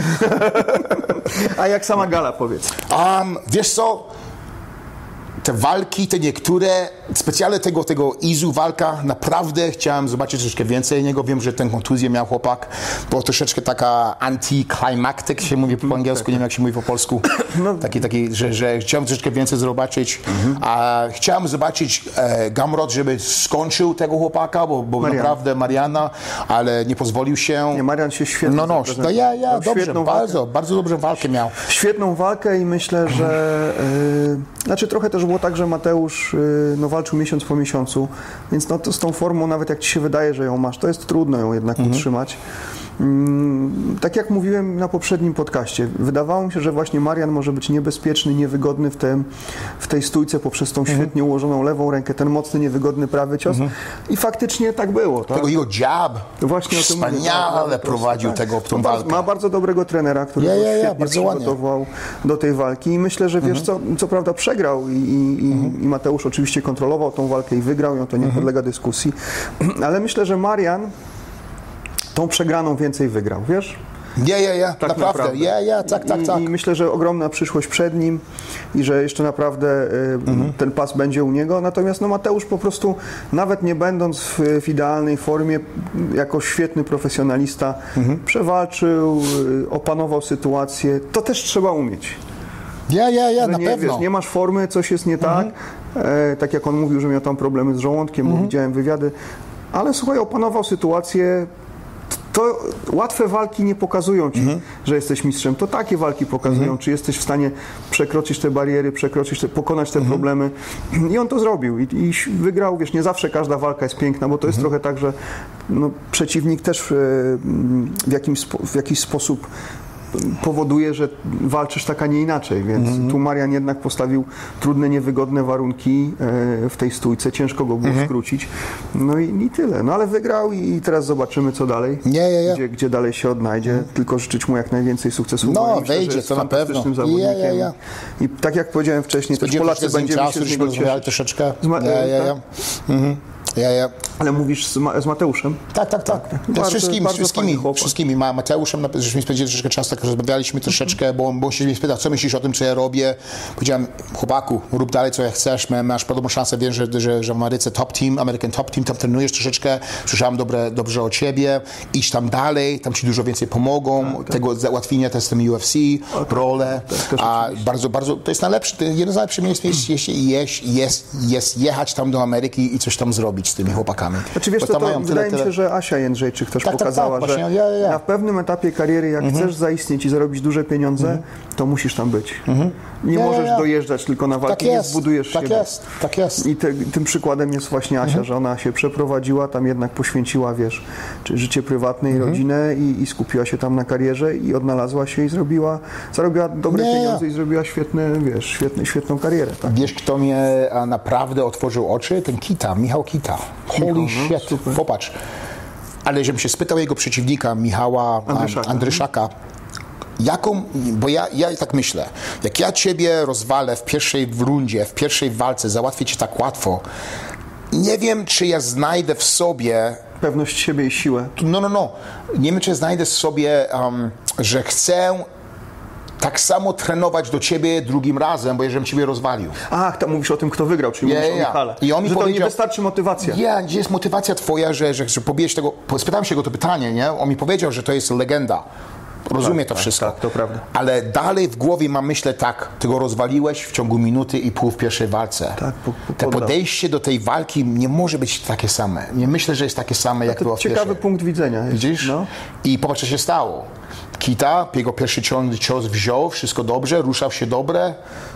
A jak sama Gala, powiedz? Um, wiesz co? Te walki, te niektóre, specjalnie tego, tego Izu walka, naprawdę chciałem zobaczyć troszeczkę więcej niego. Wiem, że tę kontuzję miał chłopak. Była troszeczkę taka anti-climactic, się mówi po angielsku, nie wiem jak się mówi po polsku. No. Taki, taki, że, że chciałem troszeczkę więcej zobaczyć. Mhm. A chciałem zobaczyć e, Gamrot, żeby skończył tego chłopaka, bo, bo Marian. naprawdę Mariana, ale nie pozwolił się. Nie, Marian się świetnie No, no, no ja, ja, dobrze, bardzo, bardzo dobrą walkę miał. Świetną walkę i myślę, że yy, znaczy trochę też było tak, że Mateusz yy, no, walczył miesiąc po miesiącu, więc no, to z tą formą, nawet jak ci się wydaje, że ją masz, to jest trudno ją jednak mhm. utrzymać. Mm, tak jak mówiłem na poprzednim podcaście, wydawało mi się, że właśnie Marian może być niebezpieczny, niewygodny w, tym, w tej stójce poprzez tą mhm. świetnie ułożoną lewą rękę, ten mocny, niewygodny prawy cios mhm. i faktycznie tak było. Tak? Tego jego jab, właśnie wspaniale prowadził tak. tego, tą ma, walkę. Ma bardzo dobrego trenera, który ja, ja, ja, świetnie przygotował do tej walki i myślę, że wiesz mhm. co, co prawda przegrał i, i, mhm. i Mateusz oczywiście kontrolował tą walkę i wygrał ją, to nie mhm. podlega dyskusji, ale myślę, że Marian tą przegraną więcej wygrał, wiesz? Ja, ja, ja, tak naprawdę, naprawdę. ja, ja, tak, tak, I, tak. I myślę, że ogromna przyszłość przed nim i że jeszcze naprawdę y, mhm. ten pas będzie u niego, natomiast no, Mateusz po prostu, nawet nie będąc w, w idealnej formie, jako świetny profesjonalista, mhm. przewalczył, y, opanował sytuację, to też trzeba umieć. Ja, ja, ja, na nie, pewno. Wiesz, nie masz formy, coś jest nie mhm. tak, e, tak jak on mówił, że miał tam problemy z żołądkiem, mhm. bo widziałem wywiady, ale słuchaj, opanował sytuację. To łatwe walki nie pokazują ci, mhm. że jesteś mistrzem. To takie walki pokazują, mhm. czy jesteś w stanie przekroczyć te bariery, przekroczyć te, pokonać te mhm. problemy. I on to zrobił. I, I wygrał, wiesz, nie zawsze każda walka jest piękna, bo to jest mhm. trochę tak, że no, przeciwnik też w, jakimś, w jakiś sposób powoduje, że walczysz tak, a nie inaczej, więc mm-hmm. tu Marian jednak postawił trudne, niewygodne warunki e, w tej stójce, ciężko go było mm-hmm. skrócić, no i, i tyle, no ale wygrał i, i teraz zobaczymy, co dalej, yeah, yeah, yeah. Gdzie, gdzie dalej się odnajdzie, mm. tylko życzyć mu jak najwięcej sukcesów. No, wejdzie, to na pewno. Yeah, yeah, yeah. I tak jak powiedziałem wcześniej, też Polacy będziemy czasu, się z niego cieszyć. troszeczkę. Zma- yeah, yeah, yeah. tak? Mm-hmm. Ja, ja. Ale mówisz z, Ma- z Mateuszem? Tak, tak, tak. tak. Bardzo, wszystkimi, bardzo wszystkimi, fajny wszystkimi. Ma Mateuszem, żeśmy spędzili troszeczkę czasu, tak rozmawialiśmy troszeczkę, bo, bo się mnie spytał, co myślisz o tym, co ja robię. Powiedziałem, chłopaku, rób dalej, co ja chcesz, masz podobną szansę, wiem, że, że, że w Ameryce top team, American top team, tam trenujesz troszeczkę, słyszałem dobre, dobrze o ciebie, idź tam dalej, tam ci dużo więcej pomogą, tak, tak. tego załatwienia też z tym U F C, okay. rolę, tak, a bardzo, bardzo, to jest najlepsze, to jedno z najlepszych miejsc jest, jest, jest, jest, jest jechać tam do Ameryki i coś tam zrobić z tymi chłopakami. Znaczy, wiesz, to, to wydaje tyle, mi się, tyle... że Asia Jędrzejczyk też tak, pokazała, tak, tak, że ja, ja. na pewnym etapie kariery, jak mhm. chcesz zaistnieć i zarobić duże pieniądze, mhm. to musisz tam być. Mhm. Nie ja, możesz ja, ja. dojeżdżać tylko na walki, tak nie zbudujesz tak siebie. Jest, tak jest. I te, tym przykładem jest właśnie Asia, mhm. że ona się przeprowadziła, tam jednak poświęciła, wiesz, czy życie prywatne i mhm. rodzinę i, i skupiła się tam na karierze i odnalazła się i zrobiła, zarobiła dobre nie, pieniądze ja. i zrobiła świetne, wiesz, świetne, świetną karierę. Tak? Wiesz, kto mnie naprawdę otworzył oczy? Ten Kita, Michał Kita. Holy Michał, shit, no, popatrz. Ale żebym się spytał jego przeciwnika, Michała Andryszaka, Andryszaka jaką, bo ja, ja tak myślę, jak ja ciebie rozwalę w pierwszej rundzie, w pierwszej walce, załatwię cię tak łatwo, nie wiem, czy ja znajdę w sobie pewność siebie i siłę. No, no, no. Nie wiem, czy znajdę w sobie, um, że chcę tak samo trenować do ciebie drugim razem, bo jeżeli ciebie rozwalił. Ach, to mówisz o tym, kto wygrał, czyli yeah, mówisz yeah. o Michale. I on mi że powiedział, to nie wystarczy motywacja. Ja, gdzie jest motywacja twoja, że, że, że pobijesz tego... Spytałem się go to pytanie, nie? On mi powiedział, że to jest legenda. Rozumie tak, to tak, wszystko. Tak, to prawda. Ale dalej w głowie mam myślę tak, ty go rozwaliłeś w ciągu minuty i pół w pierwszej walce. Tak, po, po, Te podejście do tej walki nie może być takie same. Nie myślę, że jest takie same, jak było w ciekawy pierwszej. punkt widzenia. Jest, widzisz? No. I popatrz, co się stało. Kita, jego pierwszy cios wziął, wszystko dobrze, ruszał się dobre.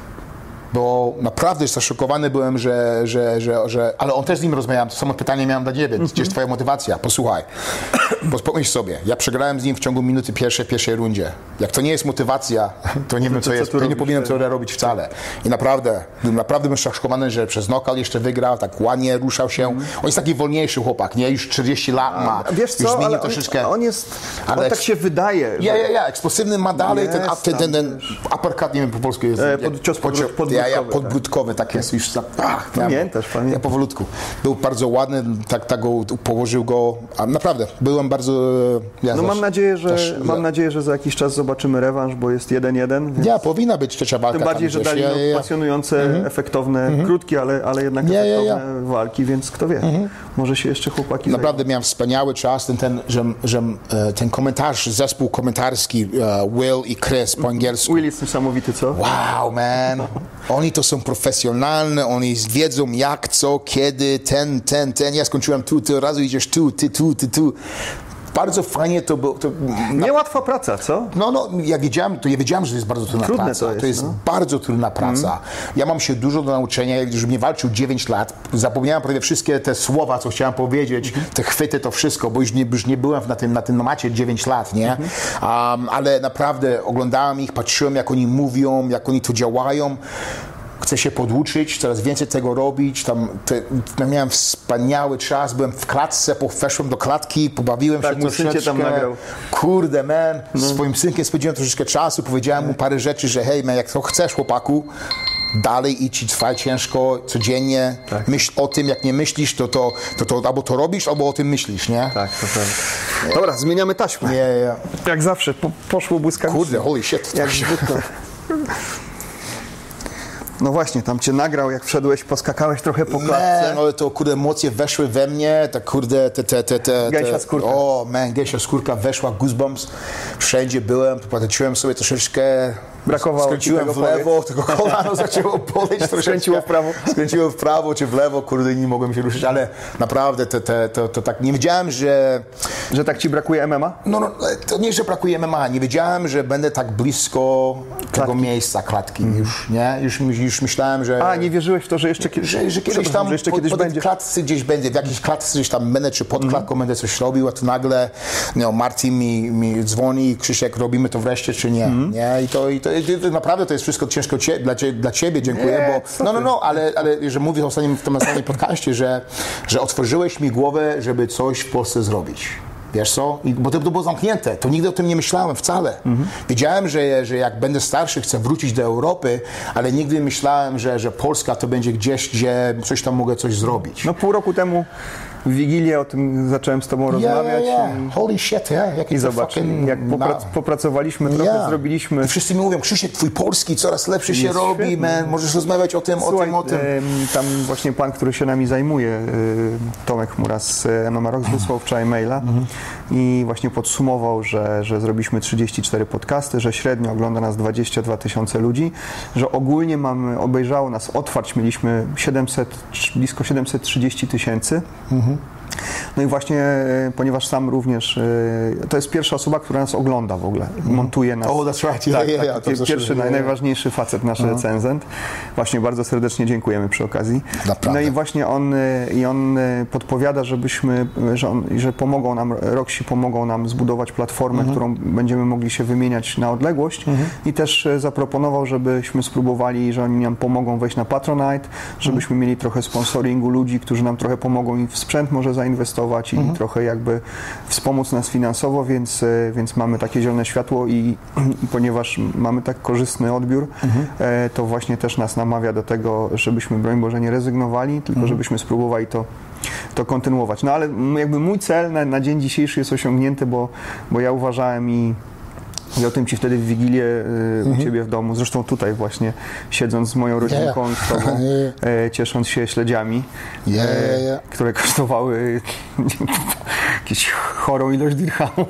Bo naprawdę zaszokowany byłem, że, że, że, że... Ale on też z nim rozmawiałem, to samo pytanie miałem dla ciebie. Gdzie jest twoja motywacja? Posłuchaj. Bo pomyśl sobie, ja przegrałem z nim w ciągu minuty pierwszej, pierwszej rundzie. Jak to nie jest motywacja, to nie wiem, co, co jest. To nie powinienem co robić wcale. I naprawdę, naprawdę byłem zaszokowany, że przez knockout jeszcze wygrał, tak ładnie ruszał się. Mm. On jest taki wolniejszy chłopak, nie? Już czterdzieści lat ma. A, wiesz co, już zmienił ale troszeczkę. On, on jest, ale on tak się wydaje. Ja, ja, ja, eksplosywny ma dalej jest, ten, ten, ten, ten uppercut, nie wiem po polsku jest. E, pod, cios pod, pod, pod, ja, ja, podbródkowy, tak jest już. Ach, pamiętasz, ja, pamiętasz. Ja powolutku. Był bardzo ładny, tak, tak go położył go. A naprawdę, byłem bardzo... Ja no też, mam nadzieję, że też, mam ja. nadzieję, że za jakiś czas zobaczymy rewanż, bo jest jeden jeden. Więc... Ja, powinna być trzecia walka. Tym bardziej, tam, że dali ja, ja. pasjonujące, mm-hmm. efektowne, mm-hmm. krótkie, ale, ale jednak ja, efektowne ja, ja. walki, więc kto wie, mm-hmm. może się jeszcze chłopaki Naprawdę zajmą. miałem wspaniały czas, ten, ten, że, że ten komentarz, zespół komentarski uh, Will i Chris po angielsku. Will jest niesamowity, co? Wow, man. Oni to są profesjonalne, oni wiedzą jak, co, kiedy, ten, ten, ten. Ja skończyłem tu, ty od razu idziesz tu, ty tu, ty tu. Bardzo fajnie to było. To, Niełatwa praca, co? No, no, ja wiedziałem, to ja wiedziałem, że to jest bardzo trudna Trudne praca. To jest, to jest no. bardzo trudna praca. Mm. Ja mam się dużo do nauczenia, jak już mnie walczył dziewięć lat, zapomniałem prawie wszystkie te słowa, co chciałem powiedzieć, mm. te chwyty, to wszystko, bo już nie, już nie byłem na tym, na tym macie dziewięć lat, nie? Mm. Um, ale naprawdę oglądałem ich, patrzyłem, jak oni mówią, jak oni to działają. Chcę się poduczyć, coraz więcej tego robić. Tam, te, tam miałem wspaniały czas, byłem w klatce, weszłem do klatki, pobawiłem tak, się troszeczkę. Tam nagrał. Kurde, man, no. z swoim synkiem spędziłem troszeczkę czasu, powiedziałem mu parę rzeczy, że hej, man, jak to chcesz, chłopaku, dalej idź i trwaj ciężko, codziennie, tak. myśl o tym, jak nie myślisz, to, to, to, to albo to robisz, albo o tym myślisz, nie? Tak, to prawda. Dobra, zmieniamy taśmę. Yeah, yeah. Jak zawsze, po, poszło błyskawicznie. Kurde, holy shit. Jak zwykle. No właśnie, tam cię nagrał, jak wszedłeś, poskakałeś trochę po klatce. Man, ale to kurde emocje weszły we mnie, tak kurde te, te, te, te, Gęsia skórka. O, man, gęsia skórka weszła, goosebumps, wszędzie byłem, popatrzyłem sobie troszeczkę, brakowało skręciłem w lewo, powiedz. Tylko kolano zaczęło boleć troszeczkę. Skręciło w prawo. Skręciłem w prawo czy w lewo, kurde, nie mogłem się ruszyć, ale naprawdę to, to, to, to tak, nie wiedziałem, że... Że tak ci brakuje M M A? No, no, to nie, że brakuje M M A, nie wiedziałem, że będę tak blisko klatki. tego miejsca, klatki mm. już, nie? Już, już myślałem, że... A, nie wierzyłeś w to, że jeszcze, że, że kiedyś tam, że jeszcze pod, kiedyś pod będzie. klatce gdzieś będę, w jakiejś klatce gdzieś tam będę, czy pod klatką mm. będę coś robił, a to nagle, no, Martin mi, mi dzwoni, Krzysiek, robimy to wreszcie, czy nie, mm. nie? I to, i to, i to naprawdę to jest wszystko ciężko cie, dla, cie, dla ciebie, dziękuję, nie, bo, no, no, no, ale, ale że mówię w ostatnim, w tym ostatnim podcaście, że, że otworzyłeś mi głowę, żeby coś w Polsce zrobić. wiesz co? I, bo to, to było zamknięte, to nigdy o tym nie myślałem wcale. Mhm. Wiedziałem, że, że jak będę starszy, chcę wrócić do Europy, ale nigdy nie myślałem, że, że Polska to będzie gdzieś, gdzie coś tam mogę coś zrobić. No pół roku temu w Wigilię o tym zacząłem z tobą yeah, rozmawiać. Yeah, yeah. Holy shit, yeah. Jak I zobacz, jak popra- popracowaliśmy, trochę yeah. zrobiliśmy. I wszyscy mi mówią, Krzysiek, twój polski coraz lepszy się robi, man. Możesz rozmawiać o tym, Słuchaj, o tym, o tym. Tam właśnie pan, który się nami zajmuje, Tomek Chmura z M M A Rocks, wysłał wczoraj maila mm-hmm. i właśnie podsumował, że, że zrobiliśmy trzydzieści cztery podcasty, że średnio ogląda nas dwadzieścia dwa tysiące ludzi, że ogólnie mamy, obejrzało nas otwarć, mieliśmy siedemset, blisko siedemset trzydzieści tysięcy. Mm-hmm. No i właśnie, ponieważ sam również, to jest pierwsza osoba, która nas ogląda w ogóle, montuje nas. Oh, that's right, yeah, tak, yeah, yeah. Tak, pierwszy, naj, najważniejszy facet, nasz uh-huh. recenzent. Właśnie bardzo serdecznie dziękujemy przy okazji. Naprawdę. No i właśnie on, i on podpowiada, żebyśmy, że, on, że pomogą nam, Roxy pomogą nam zbudować platformę, uh-huh. którą będziemy mogli się wymieniać na odległość uh-huh. i też zaproponował, żebyśmy spróbowali, że oni nam pomogą wejść na Patronite, żebyśmy uh-huh. mieli trochę sponsoringu ludzi, którzy nam trochę pomogą i w sprzęt może zainwestować i mhm. trochę jakby wspomóc nas finansowo, więc, więc mamy takie zielone światło i, i ponieważ mamy tak korzystny odbiór, mhm. e, to właśnie też nas namawia do tego, żebyśmy, broń Boże, nie rezygnowali, tylko mhm. żebyśmy spróbowali to, to kontynuować. No ale jakby mój cel na, na dzień dzisiejszy jest osiągnięty, bo, bo ja uważałem i I o tym ci wtedy w Wigilię y, mhm. u ciebie w domu, zresztą tutaj właśnie siedząc z moją rodzinką yeah. i z tobą, e, ciesząc się śledziami, yeah, e, yeah, yeah. które kosztowały jakąś chorą ilość dirhamów,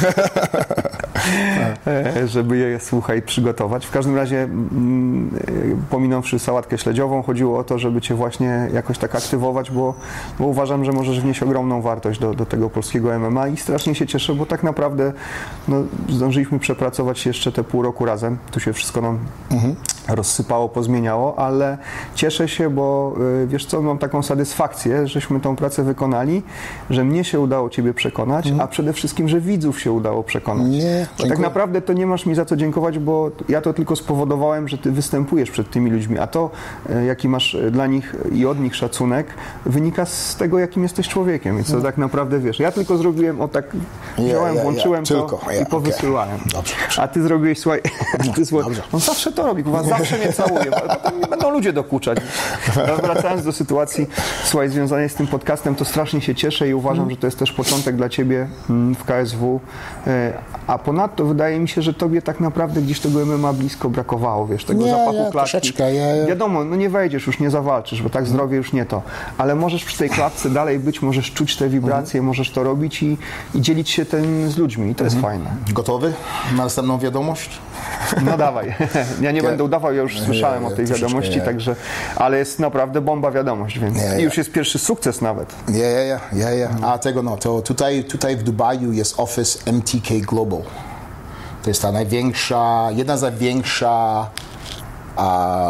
e, żeby je, słuchaj, przygotować. W każdym razie, m, pominąwszy sałatkę śledziową, chodziło o to, żeby cię właśnie jakoś tak aktywować, bo, bo uważam, że możesz wnieść ogromną wartość do, do tego polskiego M M A i strasznie się cieszę, bo tak naprawdę no, zdążyliśmy przepracować jeszcze te pół roku razem. Tu się wszystko nam mhm. rozsypało, pozmieniało, ale cieszę się, bo y, wiesz co, mam taką satysfakcję, żeśmy tą pracę wykonali, że mnie się udało ciebie przekonać, mhm. a przede wszystkim, że widzów się udało przekonać. Nie, bo tak naprawdę to nie masz mi za co dziękować, bo ja to tylko spowodowałem, że ty występujesz przed tymi ludźmi, a to, y, jaki masz dla nich i od nich szacunek, wynika z tego, jakim jesteś człowiekiem. Więc to mhm. tak naprawdę, wiesz, ja tylko zrobiłem o tak, wziąłem, yeah, yeah, włączyłem yeah. to yeah, i powysyłałem. Okay. Dobrze. A ty zrobiłeś, słuchaj, no, ty słuchaj, on zawsze to robi, kurwa, zawsze mnie całuje, potem nie będą ludzie dokuczać. No, wracając do sytuacji, słuchaj, związanej z tym podcastem, to strasznie się cieszę i uważam, mm. że to jest też początek dla ciebie w K S W, a ponadto wydaje mi się, że tobie tak naprawdę gdzieś tego M M A blisko brakowało, wiesz, tego nie, zapachu ja, klatki. Ja, ja. Wiadomo, no nie wejdziesz, już nie zawalczysz, bo tak zdrowie już nie to, ale możesz przy tej klatce dalej być, możesz czuć te wibracje, mm. możesz to robić i, i dzielić się tym z ludźmi i to jest mm. fajne. Gotowy na następną wiadomość? No dawaj. Ja nie ja, będę udawał, ja już słyszałem ja, ja, o tej wiadomości, ja. także, ale jest naprawdę bomba wiadomość, więc ja, ja. i już jest pierwszy sukces nawet. Ja, ja, ja, ja, ja. A tego no, to tutaj, tutaj w Dubaju jest office M T K Global. To jest ta największa, jedna z największa a,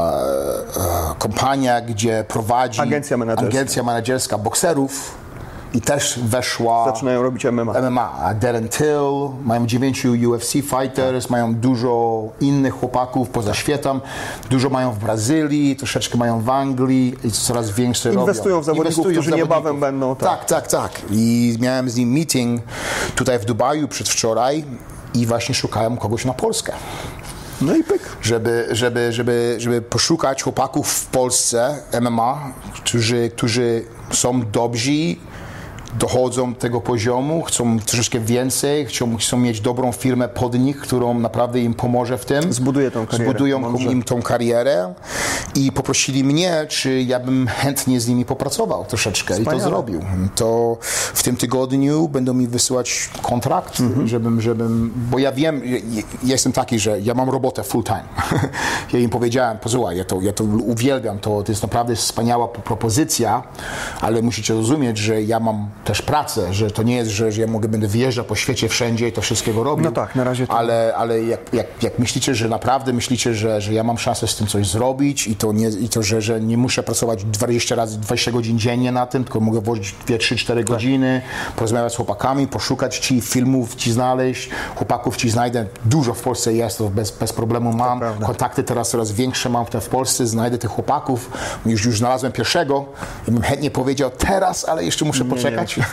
a, kompania, gdzie prowadzi agencja menedżerska, agencja menedżerska bokserów. I też weszła... Zaczynają robić M M A. M M A. Darren Till, mają dziewięciu U F C fighters, mają dużo innych chłopaków poza światem, dużo mają w Brazylii, troszeczkę mają w Anglii i coraz większe robią. Inwestują w zawodników, Inwestują którzy w zawodników. niebawem będą... Tak. tak, tak, tak. I miałem z nim meeting tutaj w Dubaju przedwczoraj i właśnie szukałem kogoś na Polskę. No i pyk. Żeby, żeby, żeby, żeby poszukać chłopaków w Polsce M M A, którzy, którzy są dobrzy, dochodzą do tego poziomu, chcą troszeczkę więcej, chcą, chcą mieć dobrą firmę pod nich, którą naprawdę im pomoże w tym. Zbuduje tą karierę. Zbudują Mądrze. im tą karierę i poprosili mnie, czy ja bym chętnie z nimi popracował troszeczkę. Wspaniale. I to zrobił. To w tym tygodniu będą mi wysyłać kontrakt, mhm. żebym, żebym, bo ja wiem, ja, ja jestem taki, że ja mam robotę full time. Ja im powiedziałem, posłuchaj, ja to, ja to uwielbiam, to, to jest naprawdę wspaniała propozycja, ale musicie rozumieć, że ja mam też pracę, że to nie jest, że, że ja mogę, będę wyjeżdżał po świecie wszędzie i to wszystkiego robił. No tak, na razie to... Ale, ale jak, jak, jak myślicie, że naprawdę myślicie, że, że ja mam szansę z tym coś zrobić i to, nie, i to że, że nie muszę pracować dwadzieścia razy, dwadzieścia godzin dziennie na tym, tylko mogę włożyć dwie, trzy, cztery godziny, porozmawiać z chłopakami, poszukać ci filmów, ci znaleźć, chłopaków ci znajdę. Dużo w Polsce jest, to bez, bez problemu mam. Kontakty teraz coraz większe mam w Polsce, znajdę tych chłopaków. Już, już znalazłem pierwszego i bym chętnie powiedział teraz, ale jeszcze muszę nie, poczekać. Marcin.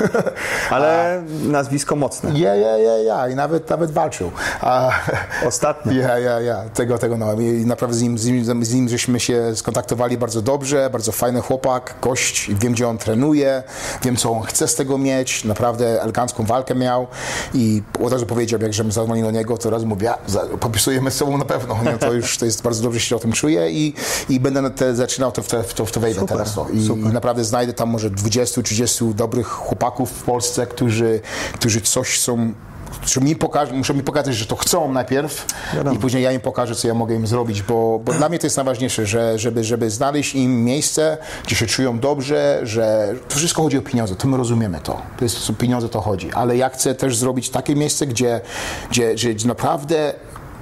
Ale nazwisko mocne. Ja, ja, ja, ja. I nawet, nawet walczył. A, Ostatnio. Ja, ja, ja. Tego, tego no. I naprawdę z nim, z, nim, z nim żeśmy się skontaktowali bardzo dobrze, bardzo fajny chłopak, gość. Wiem, gdzie on trenuje, wiem, co on chce z tego mieć. Naprawdę elegancką walkę miał i od razu powiedział, jak żebym zadzwonił do niego, to od razu mówię, ja, popisujemy z sobą na pewno. Nie? To już to jest bardzo dobrze, że się o tym czuję i, i będę te, zaczynał, to w to, w to, w to wejdę super, teraz. To. I, I naprawdę znajdę tam może dwudziestu trzydziestu dobrych chłopaków w Polsce, którzy, którzy coś są, że mi pokażą, muszą mi pokazać, że to chcą najpierw Wiadomo. i później ja im pokażę, co ja mogę im zrobić, bo, bo dla mnie to jest najważniejsze, że, żeby, żeby znaleźć im miejsce, gdzie się czują dobrze, że to wszystko chodzi o pieniądze, to my rozumiemy to, to jest o pieniądze to chodzi, ale ja chcę też zrobić takie miejsce, gdzie, gdzie, gdzie naprawdę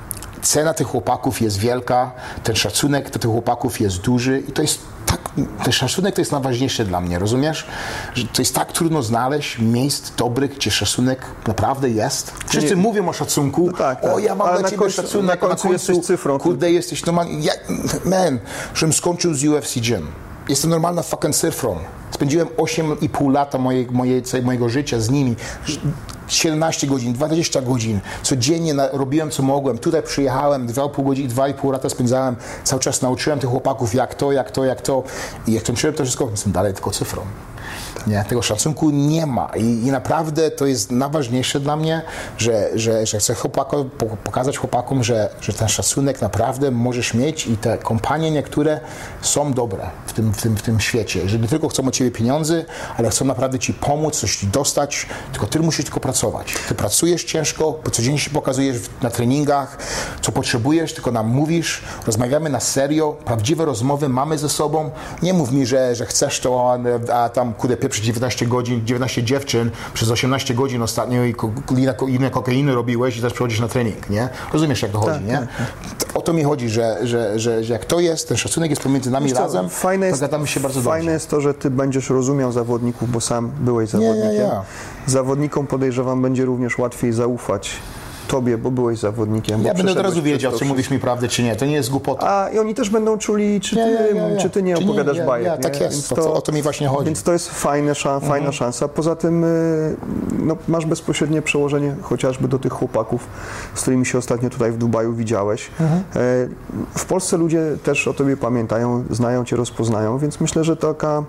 cena tych chłopaków jest wielka, ten szacunek do tych chłopaków jest duży i to jest tak, ten szacunek to jest najważniejsze dla mnie, rozumiesz? Że to jest tak trudno znaleźć miejsc dobrych, gdzie szacunek naprawdę jest. Wszyscy Nie. mówią o szacunku, No tak, tak. o ja mam Ale dla na ciebie końcu- szacunek, na końcu jesteś cyfrą. Kurde, jesteś normalnie, ja, man, żebym skończył z U F C Gym. Jestem normalna fucking cyfrą. Spędziłem osiem i pół lata mojej, mojej, mojego życia z nimi. siedemnaście godzin, dwadzieścia godzin. Codziennie na, robiłem, co mogłem. Tutaj przyjechałem, dwa i pół godziny, dwa i pół lata spędzałem. Cały czas nauczyłem tych chłopaków, jak to, jak to, jak to. I jak kończyłem to wszystko, jestem dalej tylko cyfrą. Nie, tego szacunku nie ma I, i naprawdę to jest najważniejsze dla mnie, że, że, że chcę chłopakom, pokazać chłopakom, że, że ten szacunek naprawdę możesz mieć i te kompanie niektóre są dobre w tym, w tym, w tym świecie, że nie tylko chcą od ciebie pieniądze, ale chcą naprawdę ci pomóc, coś ci dostać, tylko ty musisz tylko pracować. Ty pracujesz ciężko, codziennie się pokazujesz na treningach, co potrzebujesz, tylko nam mówisz, rozmawiamy na serio, prawdziwe rozmowy mamy ze sobą. Nie mów mi, że, że chcesz to, a, a tam kudę przez dziewiętnaście godzin, dziewiętnaście dziewczyn przez osiemnaście godzin ostatnio i inne kokainy robiłeś i teraz przychodzisz na trening, nie? Rozumiesz, jak to chodzi, tak, nie? Tak, o to mi chodzi, że, że, że, że jak to jest, ten szacunek jest pomiędzy nami co, razem, fajne jest, to gadamy się bardzo fajne dobrze. jest to, że ty będziesz rozumiał zawodników, bo sam byłeś zawodnikiem. Nie, ja, ja. Zawodnikom podejrzewam będzie również łatwiej zaufać tobie, bo byłeś zawodnikiem. Bo Ja będę od razu przeszedłeś wiedział, przez to czy mówisz mi prawdę, czy nie. To nie jest głupota. A i oni też będą czuli, czy ty, Ja, ja, ja, ja. Czy ty nie Czy nie, opowiadasz ja, bajek. ja, nie? tak jest. Więc To- o to mi właśnie chodzi. Więc to jest fajne, szan, fajna Mhm. szansa. Poza tym y, no, masz bezpośrednie przełożenie chociażby do tych chłopaków, z którymi się ostatnio tutaj w Dubaju widziałeś. Mhm. E, W Polsce ludzie też o tobie pamiętają, znają cię, rozpoznają, więc myślę, że taka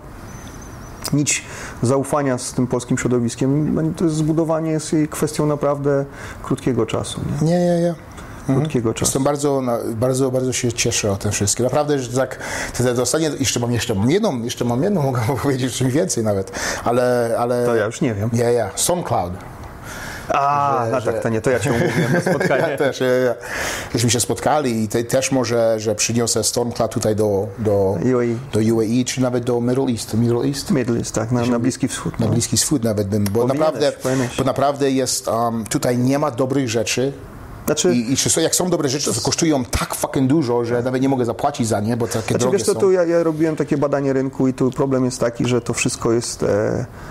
nić zaufania z tym polskim środowiskiem, to jest zbudowanie jest jej kwestią naprawdę krótkiego czasu. Nie? Nie, nie, nie. Krótkiego czasu. Jestem bardzo, na- bardzo, bardzo się cieszę o tym wszystkim. Naprawdę, że tak, te, te ostatnie, jeszcze mam, jeszcze mam jedną, jeszcze mam jedną, mogę powiedzieć czymś więcej nawet, ale, ale... To ja już nie wiem. Ja, ja, SoundCloud. A, że- no że- tak, to nie, to ja cię umówiłem na spotkanie. Ja też, ja, ja. Żeśmy się spotkali i te, też może, że przyniosę SoundCloud tutaj do, do, U A E. do U A E, czy nawet do Middle East. Middle East? Middle East, tak, na, na Bliski Wschód. Na No. Bliski Wschód nawet bym, bo Powinieneś, naprawdę, powinieneś. bo naprawdę jest, um, tutaj nie ma dobrych rzeczy. Znaczy, I, i czy, jak są dobre rzeczy, to kosztują tak fucking dużo, że nawet nie mogę zapłacić za nie, bo takie znaczy drogie wiesz co, są. tu ja, ja robiłem takie badanie rynku i tu problem jest taki, że to wszystko jest e,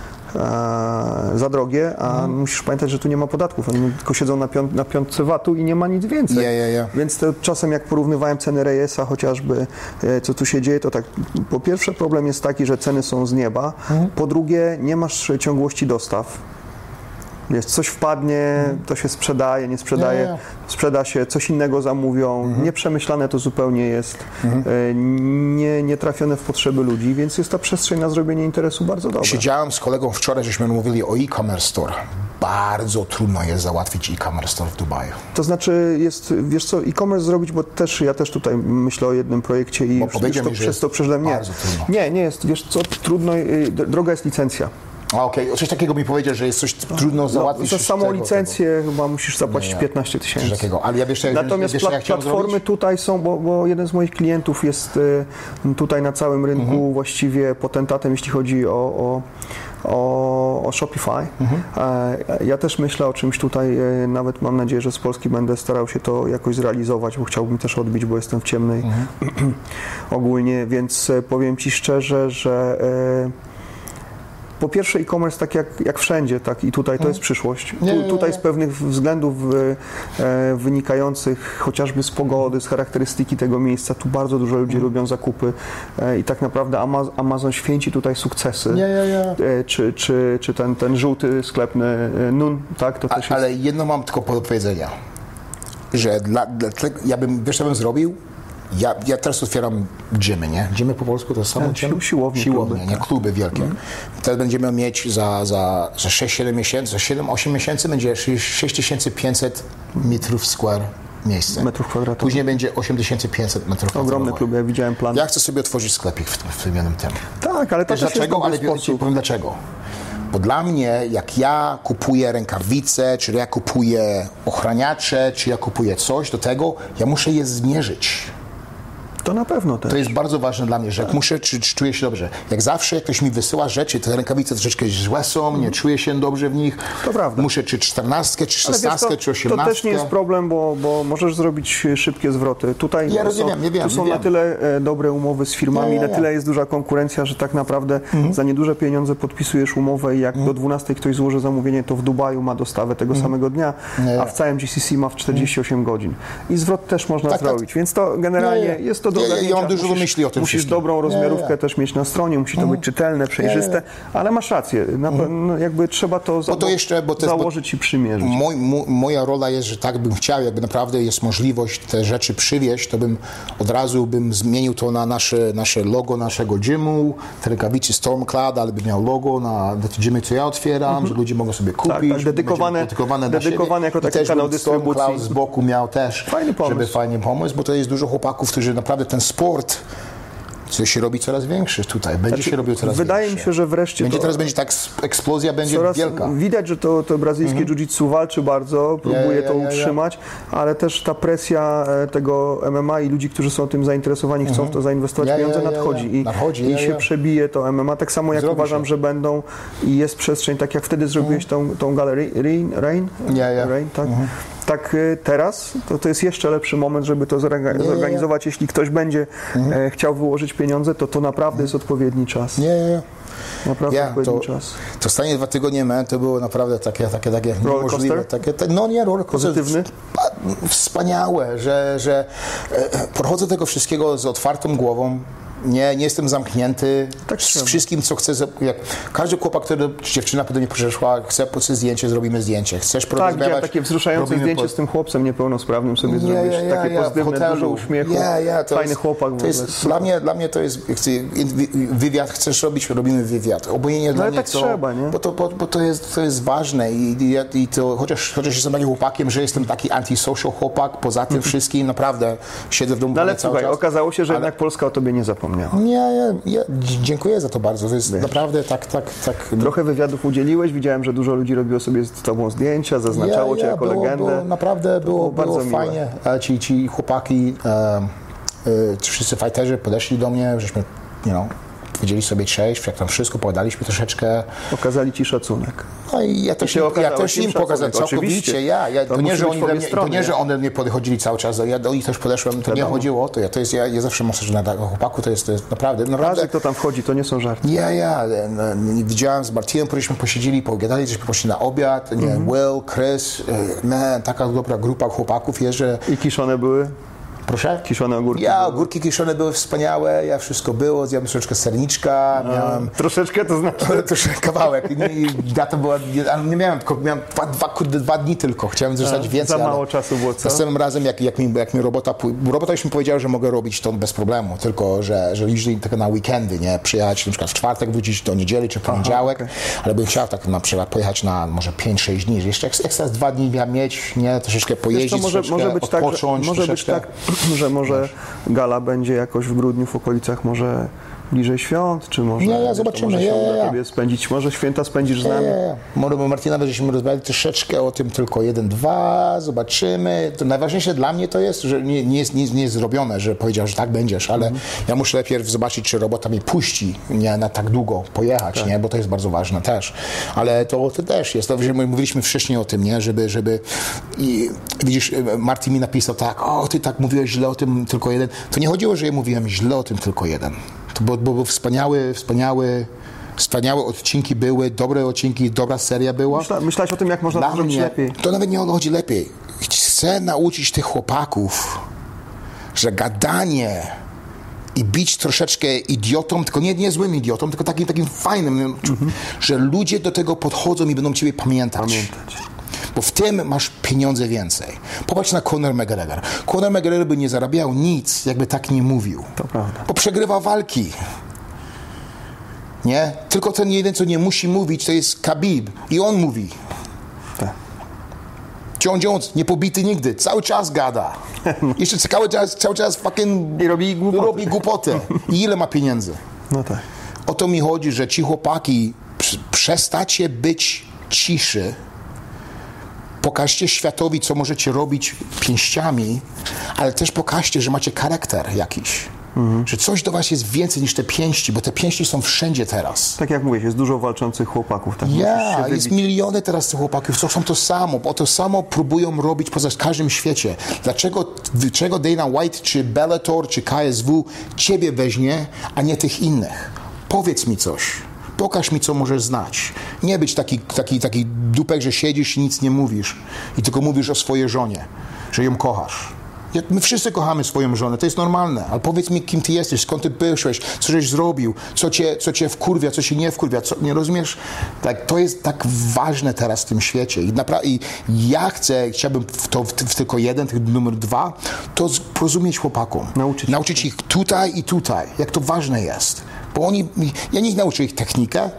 e, za drogie, a Mhm. musisz pamiętać, że tu nie ma podatków. Oni tylko siedzą na, piąt, na piątce vatu i nie ma nic więcej. Ja, ja, ja. Więc to czasem jak porównywałem ceny Reyesa chociażby, e, co tu się dzieje, to tak, po pierwsze problem jest taki, że ceny są z nieba, Mhm. po drugie nie masz ciągłości dostaw. Wiesz, coś wpadnie, to się sprzedaje, nie sprzedaje, Nie, nie. sprzeda się, coś innego zamówią, nieprzemyślane to zupełnie jest, e, nie, nie trafione w potrzeby ludzi, więc jest ta przestrzeń na zrobienie interesu bardzo dobra. Siedziałem z kolegą wczoraj, żeśmy mówili o e-commerce store. Bardzo trudno jest załatwić e-commerce store w Dubaju. To znaczy jest, wiesz co, e-commerce zrobić, bo też ja też tutaj myślę o jednym projekcie i Bo już, powiedział już to mi, że przez jest to przeszedłem. Nie, bardzo trudno. nie, nie jest, wiesz co, trudno, y, d- droga jest licencja. A okej, coś takiego mi powiedział, że jest coś trudno No, załatwić. za samą tego, licencję chyba musisz zapłacić Nie, nie. piętnaście Coś tysięcy. takiego. Ale ja wiesz, ja, Natomiast wiesz, pla- ja chciałem platformy zrobić? tutaj są, bo, bo jeden z moich klientów jest y, tutaj na całym rynku Mhm. właściwie potentatem, jeśli chodzi o, o, o, o Shopify. Mhm. E, Ja też myślę o czymś tutaj, e, nawet mam nadzieję, że z Polski będę starał się to jakoś zrealizować, bo chciałbym też odbić, bo jestem w ciemnej Mhm. ogólnie, więc e, powiem Ci szczerze, że e, po pierwsze e-commerce tak jak, jak wszędzie, tak i tutaj to jest przyszłość. Nie, Tu, nie, tutaj nie. z pewnych względów e, wynikających chociażby z pogody, z charakterystyki tego miejsca, tu bardzo dużo ludzi robią zakupy e, i tak naprawdę Amazon, Amazon święci tutaj sukcesy. Nie, nie, nie. E, czy, czy, czy ten, ten żółty sklepny e, Nun, tak, to A, też jest... ale jedno mam tylko do powiedzenia, że dla, dla, ja bym, wiesz co bym zrobił? Ja, ja teraz otwieram gymy, nie? Gymy po polsku to samo? Tak, sił- siłownie, Siłownie, kluby, nie? tak. Kluby wielkie. Mm. Teraz będziemy mieć za, za, za sześć siedem miesięcy, za siedem osiem miesięcy będzie sześć tysięcy pięćset metrów square miejsce. Metrów kwadratowych. Później będzie osiem tysięcy pięćset metrów kwadratowych. Ogromne kluby, ja widziałem plan. Ja chcę sobie otworzyć sklepik w, w tym jednym tym. Tak, ale to Wiesz też jest dlaczego? dobry Ale sposób. ci powiem dlaczego. Bo dla mnie, jak ja kupuję rękawice, czy ja kupuję ochraniacze, czy ja kupuję coś do tego, ja muszę je zmierzyć. To na pewno też. To jest bardzo ważne dla mnie, że jak muszę, czy, czy czuję się dobrze. Jak zawsze jak ktoś mi wysyła rzeczy, te rękawice troszeczkę złe są, nie czuję się dobrze w nich. To prawda. Muszę czy czternastkę, czy Ale wiesz szesnastkę, co, czy osiemnastkę. To też nie jest problem, bo, bo możesz zrobić szybkie zwroty. Tutaj Ja są, rozumiem, ja wiem, tu są ja na wiem. tyle e, dobre umowy z firmami, Ja, ja, na ja. tyle jest duża konkurencja, że tak naprawdę Mhm. za nieduże pieniądze podpisujesz umowę i jak do dwunastej ktoś złoży zamówienie, to w Dubaju ma dostawę tego samego dnia, Ja, ja. a w całym G C C ma w czterdzieści osiem godzin. I zwrot też można Tak, tak. zrobić, więc to generalnie Ja, ja. jest to do Ja, ja, ja ogarnięcia. mam dużo myśli o tym Musisz wszystkim. dobrą rozmiarówkę Ja, ja. też mieć na stronie, musi to być czytelne, przejrzyste, ale masz rację, na, no, jakby trzeba to, za, Bo to jeszcze- bo to jest- założyć i przymierzyć. Moj, mo, moja rola jest, że tak bym chciał, jakby naprawdę jest możliwość te rzeczy przywieźć, to bym od razu bym zmienił to na nasze, nasze logo naszego gymu, te rękawice Stormcloud, ale by miał logo na, na te gymy, co ja otwieram, że ludzie mogą sobie kupić. tak, dedykowane- będzie dedykowane, dla dedykowane siebie. jako I taki też kanał bym dystrybucji. Stormcloud z boku miał też, Fajny pomysł. żeby fajnie pomóc, bo to jest dużo chłopaków, którzy naprawdę ten sport co się robi coraz większy tutaj, będzie się robił coraz Wydaje większy. mi się, że wreszcie Będzie to teraz będzie tak, eksplozja będzie coraz wielka. widać, że to, to brazylijskie jiu-jitsu walczy bardzo, próbuje ja, ja, to ja, ja. utrzymać, ale też ta presja e, tego M M A i ludzi, którzy są tym zainteresowani, chcą w to zainwestować Ja, ja, pieniądze, ja, ja. nadchodzi i, Nadchodzi, i ja, się ja. przebije to M M A, tak samo jak Zrobi uważam, się. że będą i jest przestrzeń, tak jak wtedy zrobiłeś tą, tą galerię Rain, Rain, Ja, ja. Rain tak? Tak y, teraz, to, to jest jeszcze lepszy moment, żeby to zorga- Nie, zorganizować. Jeśli ktoś będzie e, chciał wyłożyć pieniądze, to to naprawdę jest odpowiedni czas. Nie, nie, nie. Naprawdę Ja, odpowiedni to, czas. to stanie dwa tygodnie man, to było naprawdę takie, takie, takie Roller niemożliwe. coaster? Takie, te, no nie, roller coaster. Pozytywny? Spa- Wspaniałe, że, że e, podchodzę do tego wszystkiego z otwartą głową. Nie, nie jestem zamknięty Tak z trzeba. wszystkim, co chcę. za- Jak każdy chłopak, który, czy dziewczyna do mnie przyszła, chce po sobie zdjęcie, zrobimy zdjęcie. Chcesz Tak, porozmawiać? widziałem takie wzruszające robimy zdjęcie po- z tym chłopcem niepełnosprawnym sobie Nie, zrobić. ja, ja, Takie ja, w pozytywne, hotelu. dużo uśmiechu. Ja, ja, to Fajny jest, chłopak. w To ogóle. jest, dla, mnie, dla mnie to jest, chcę- wywiad chcesz robić, robimy wywiad. Obojętnie dla ale mnie tak co, trzeba, nie? Bo, to, bo, bo to, jest, to jest ważne i, i, ja- i to, chociaż, chociaż jestem takim chłopakiem, że jestem taki antisocial chłopak, poza tym wszystkim naprawdę siedzę w domu No ale cały słuchaj, czas. okazało się, że Ale- jednak Polska o tobie nie zapomniała. Nie, ja, ja dziękuję za to bardzo. To jest naprawdę tak, tak, tak. Trochę wywiadów udzieliłeś, widziałem, że dużo ludzi robiło sobie z tobą zdjęcia, zaznaczało cię jako było, legendę. Było, naprawdę było, było było, bardzo miłe. fajnie. E, Ci, ci chłopaki, e, e, ci wszyscy fighterzy podeszli do mnie, żeśmy, you know, powiedzieli sobie cześć, jak tam wszystko, pogadaliśmy troszeczkę. Okazali ci szacunek. No i ja też, ty im, ja okazałeś też im im pokazałem, szacunek, całkowicie, oczywiście. ja, ja To to, nie, musi że być oni po we obie mnie, to strony, nie, że nie? one do mnie podchodzili cały czas, ja do nich też podeszłem, to nie Wiadomo. chodziło o to, ja, to jest, ja, ja zawsze myślę, że na chłopaku to jest, to jest naprawdę, naprawdę. Każdy, kto tam wchodzi, to nie są żarty. Ja, ja, no, widziałem z Martinem, żeśmy posiedzieli, pogadali, żeśmy poszli na obiad, nie, Will, Chris, e, man, taka dobra grupa chłopaków jest, że... I kiszone były? Proszę? Kiszone ogórki Ja, były? ogórki kiszone były wspaniałe, ja wszystko było, zjadłem troszeczkę serniczka, miałem Troszeczkę, to znaczy... troszkę kawałek. I, i data była, ale nie miałem, tylko miałem dwa, dwa, kurde, dwa dni tylko, chciałem zostać więcej. za mało ale czasu było, co? Następnym razem, jak, jak, mi, jak mi robota, pój- robota już mi powiedziała, że mogę robić to bez problemu, tylko że, że usually tylko na weekendy, nie, przyjechać na przykład w czwartek, wrócić do niedzieli czy poniedziałek, okej. ale bym chciał tak na przykład pojechać na może pięć sześć dni, że jeszcze jak, jak teraz dwa dni miałem mieć, nie, troszeczkę Wiesz pojeździć, co, może, troszeczkę może być tak, że, odpocząć, może być troszeczkę- tak, że może gala będzie jakoś w grudniu w okolicach może bliżej świąt, czy może, Nie, ja wiesz, to zobaczymy, może się ja, ja, uda ja. tobie spędzić, może święta spędzisz z nami. Nie, może bo Martina, żeśmy rozmawiali troszeczkę o tym tylko jeden, dwa, zobaczymy. To najważniejsze dla mnie to jest, że nie, nie, jest, nie, nie jest zrobione, że powiedział, że tak będziesz, ale Mhm. ja muszę najpierw zobaczyć, czy robota mnie puści nie, na tak długo pojechać, Tak. nie, bo to jest bardzo ważne też. Ale to, to też jest, to, że my mówiliśmy wcześniej o tym, nie, żeby, żeby i widzisz, Martin mi napisał tak, o, ty tak mówiłeś źle o tym tylko jeden. To nie chodziło, że ja mówiłem źle o tym tylko jeden. To był, był wspaniały, wspaniały Wspaniałe odcinki były, dobre odcinki, dobra seria była. Myśla, myślałeś o tym, jak można to zrobić lepiej? To nawet nie chodzi lepiej. Chcę nauczyć tych chłopaków, że gadanie i być troszeczkę idiotą, tylko nie, nie złym idiotą, tylko takim, takim fajnym, mhm. że ludzie do tego podchodzą i będą ciebie pamiętać. pamiętać. Bo w tym masz pieniądze więcej. Popatrz na Conor McGregor. Conor McGregor by nie zarabiał nic, jakby tak nie mówił. To prawda. Bo przegrywa walki. Nie? Tylko ten jeden, co nie musi mówić, to jest Khabib. I on mówi. Tak. John Jones, nie pobity nigdy, cały czas gada. Jeszcze cały czas, cały czas fucking I robi głupoty. robi głupotę. I ile ma pieniędzy? No tak. O to mi chodzi, że ci chłopaki, przestacie być ciszy. Pokażcie światowi, co możecie robić pięściami, ale też pokażcie, że macie charakter jakiś. Mhm. Że coś do was jest więcej niż te pięści, bo te pięści są wszędzie teraz. Tak jak mówisz, jest dużo walczących chłopaków. Tak? Ja, jest miliony teraz tych chłopaków, co są to samo, bo to samo próbują robić poza każdym świecie. Dlaczego, dlaczego Dana White, czy Bellator, czy K S W ciebie weźmie, a nie tych innych? Powiedz mi coś. Pokaż mi, co możesz znać. Nie być taki, taki, taki dupek, że siedzisz i nic nie mówisz. I tylko mówisz o swojej żonie, że ją kochasz. My wszyscy kochamy swoją żonę, to jest normalne, ale powiedz mi, kim ty jesteś, skąd ty byłeś, co żeś zrobił, co cię, co cię wkurwia, co cię nie wkurwia, co, nie rozumiesz? Tak, to jest tak ważne teraz w tym świecie i, napra- i ja chcę, chciałbym w, to, w, w tylko jeden, w numer dwa, to zrozumieć chłopakom. Nauczyć. Nauczyć ich tutaj i tutaj, jak to ważne jest. Bo oni, ja nie nauczę ich technikę,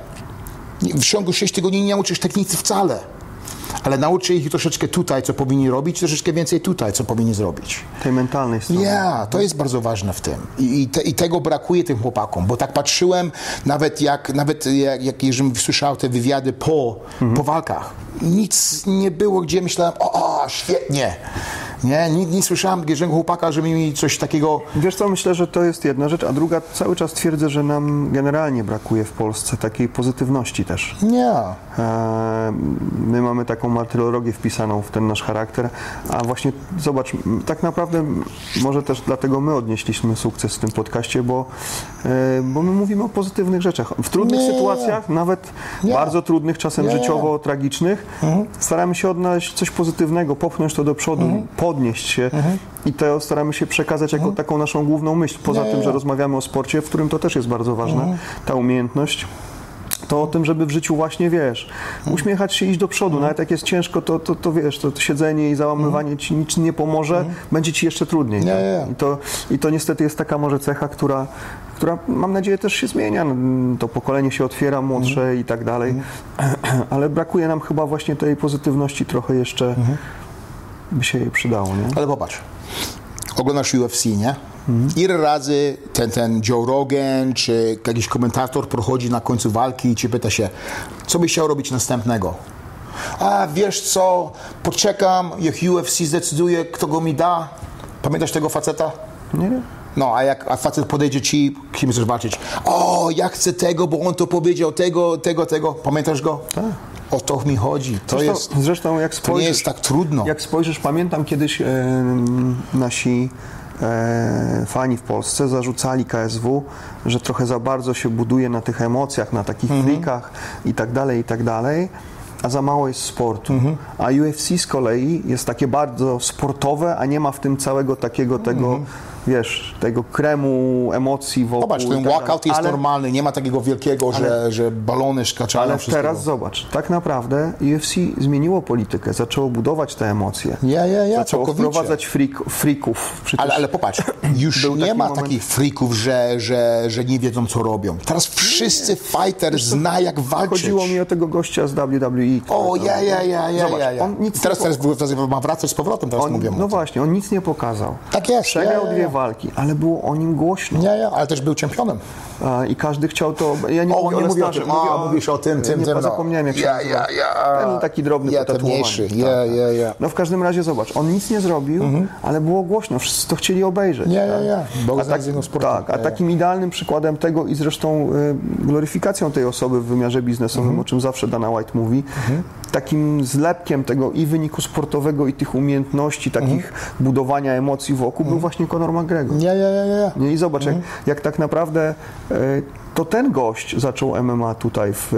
w ciągu sześć tygodni nie nauczysz technicy wcale. Ale nauczę ich troszeczkę tutaj, co powinni robić, troszeczkę więcej tutaj, co powinni zrobić. Tej mentalnej strony. Ja, yeah, to jest bardzo ważne w tym. I, i, te, i tego brakuje tym chłopakom, bo tak patrzyłem, nawet jak, nawet jak, jak jeżeli słyszał te wywiady po, mhm. po walkach, nic nie było, gdzie myślałem, o, o świetnie. Nie, nie, nie słyszałem żadnego chłopaka, żeby mi coś takiego... Wiesz co, myślę, że to jest jedna rzecz, a druga, cały czas twierdzę, że nam generalnie brakuje w Polsce takiej pozytywności też. Nie. E, my mamy taką martyrologię wpisaną w ten nasz charakter, a właśnie zobacz, tak naprawdę może też dlatego my odnieśliśmy sukces w tym podcaście, bo, e, bo my mówimy o pozytywnych rzeczach. W trudnych nie. sytuacjach, nawet nie. bardzo trudnych, czasem nie. życiowo tragicznych, mhm. staramy się odnaleźć coś pozytywnego, popchnąć to do przodu, mhm. podnieść się mhm. i to staramy się przekazać jako mhm. taką naszą główną myśl. Poza nie, tym, że rozmawiamy o sporcie, w którym to też jest bardzo ważne, mhm. ta umiejętność, to o tym, żeby w życiu właśnie, wiesz, mhm. uśmiechać się, iść do przodu. Mhm. Nawet jak jest ciężko, to, to, to wiesz, to, to siedzenie i załamywanie mhm. ci nic nie pomoże, mhm. będzie ci jeszcze trudniej. Nie, nie. I, to, I to niestety jest taka może cecha, która, która mam nadzieję też się zmienia. To pokolenie się otwiera, młodsze mhm. i tak dalej, mhm. ale brakuje nam chyba właśnie tej pozytywności trochę jeszcze mhm. by się jej przydało, nie? Ale popatrz, oglądasz U F C, nie? Mhm. Ile razy ten, ten Joe Rogan czy jakiś komentator prochodzi na końcu walki i ci pyta się, co byś chciał robić następnego? A wiesz co, poczekam, jak U F C zdecyduje, kto go mi da. Pamiętasz tego faceta? Nie, nie. No, a jak a facet podejdzie ci, kim chcesz walczyć? O, ja chcę tego, bo on to powiedział, tego, tego, tego. Pamiętasz go? Tak. O to mi chodzi. To, zresztą, jest, zresztą jak spojrzysz, to nie jest tak trudno. Jak spojrzysz, pamiętam kiedyś e, nasi e, fani w Polsce zarzucali K S W, że trochę za bardzo się buduje na tych emocjach, na takich mhm. frikach i tak dalej, i tak dalej, a za mało jest sportu. Mhm. A U F C z kolei jest takie bardzo sportowe, a nie ma w tym całego takiego tego, mhm. wiesz, tego kremu, emocji wokół. Zobacz, ten tak walkout jest ale, normalny, nie ma takiego wielkiego, ale, że, że balony szkaczają. Ale wszystkiego. teraz zobacz, tak naprawdę U F C zmieniło politykę, zaczęło budować te emocje. Ja, ja, ja, zaczęło całkowicie. wprowadzać freak, freaków. Ale, ale popatrz, już nie ma moment... takich freaków, że, że, że nie wiedzą, co robią. Teraz wszyscy fighter zna, jak walczyć. Chodziło mi o tego gościa z W W E. O, ja, ja, ja, ja, zobacz, ja, ja. On nic teraz, nie po... teraz ma wracać z powrotem, teraz on, mówię. No właśnie, on nic nie pokazał. Tak jest. Przegrał ja, ja, dwie ja. walki, ale było o nim głośno. Ja, ja, ale też był czempionem. A, I każdy chciał to... Ja nie, o, nie mówię o tym. tym. Mówię o, mówisz o tym, tym, nie, tym. No. Zapomniałem, jak się ja, nazywa. ja, ja. Ten taki drobny ja, potatuowany. Tak, ja, ja, ja. No w każdym razie zobacz, on nic nie zrobił, mhm. ale było głośno, wszyscy to chcieli obejrzeć. Ja, ja, ja. A, tak, tak, a ja, takim ja. idealnym przykładem tego i zresztą y, gloryfikacją tej osoby w wymiarze biznesowym, mhm. o czym zawsze Dana White mówi, mhm. takim zlepkiem tego i wyniku sportowego, i tych umiejętności, takich mhm. budowania emocji wokół, mhm. był właśnie Conor McGregor. Ja, ja, ja, ja. I zobacz, mhm. jak, jak tak naprawdę y, to ten gość zaczął M M A tutaj w,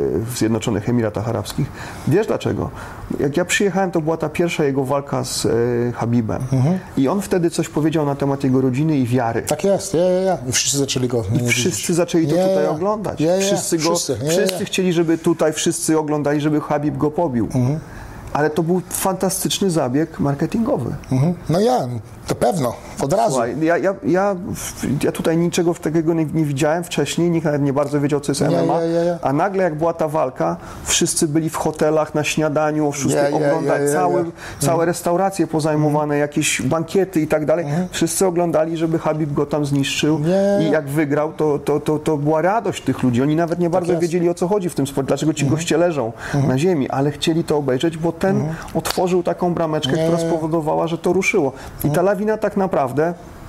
w Zjednoczonych Emiratach Arabskich. Wiesz dlaczego? Jak ja przyjechałem, to była ta pierwsza jego walka z e, Habibem. Mhm. I on wtedy coś powiedział na temat jego rodziny i wiary. Tak jest, ja, ja, ja. I wszyscy zaczęli go I wszyscy zaczęli to ja, tutaj ja. oglądać. Ja, ja. Wszyscy, go, wszyscy, ja, wszyscy ja. chcieli, żeby tutaj wszyscy oglądali, żeby Habib go pobił. Mhm. Ale to był fantastyczny zabieg marketingowy. Mhm. No ja, to pewno, od razu. Słuchaj, ja, ja, ja, ja tutaj niczego takiego nie, nie widziałem wcześniej, nikt nawet nie bardzo wiedział, co jest M M A, nie, nie, nie. a nagle jak była ta walka, wszyscy byli w hotelach na śniadaniu, o szóstej oglądali, całe, całe restauracje pozajmowane, mhm. jakieś bankiety i tak dalej. Mhm. Wszyscy oglądali, żeby Habib go tam zniszczył nie. i jak wygrał, to, to, to, to była radość tych ludzi. Oni nawet nie bardzo tak wiedzieli, o co chodzi w tym sporcie, dlaczego ci mhm. goście leżą mhm. na ziemi, ale chcieli to obejrzeć, bo ten mhm. otworzył taką brameczkę, nie. która spowodowała, że to ruszyło. I ta lawina tak naprawdę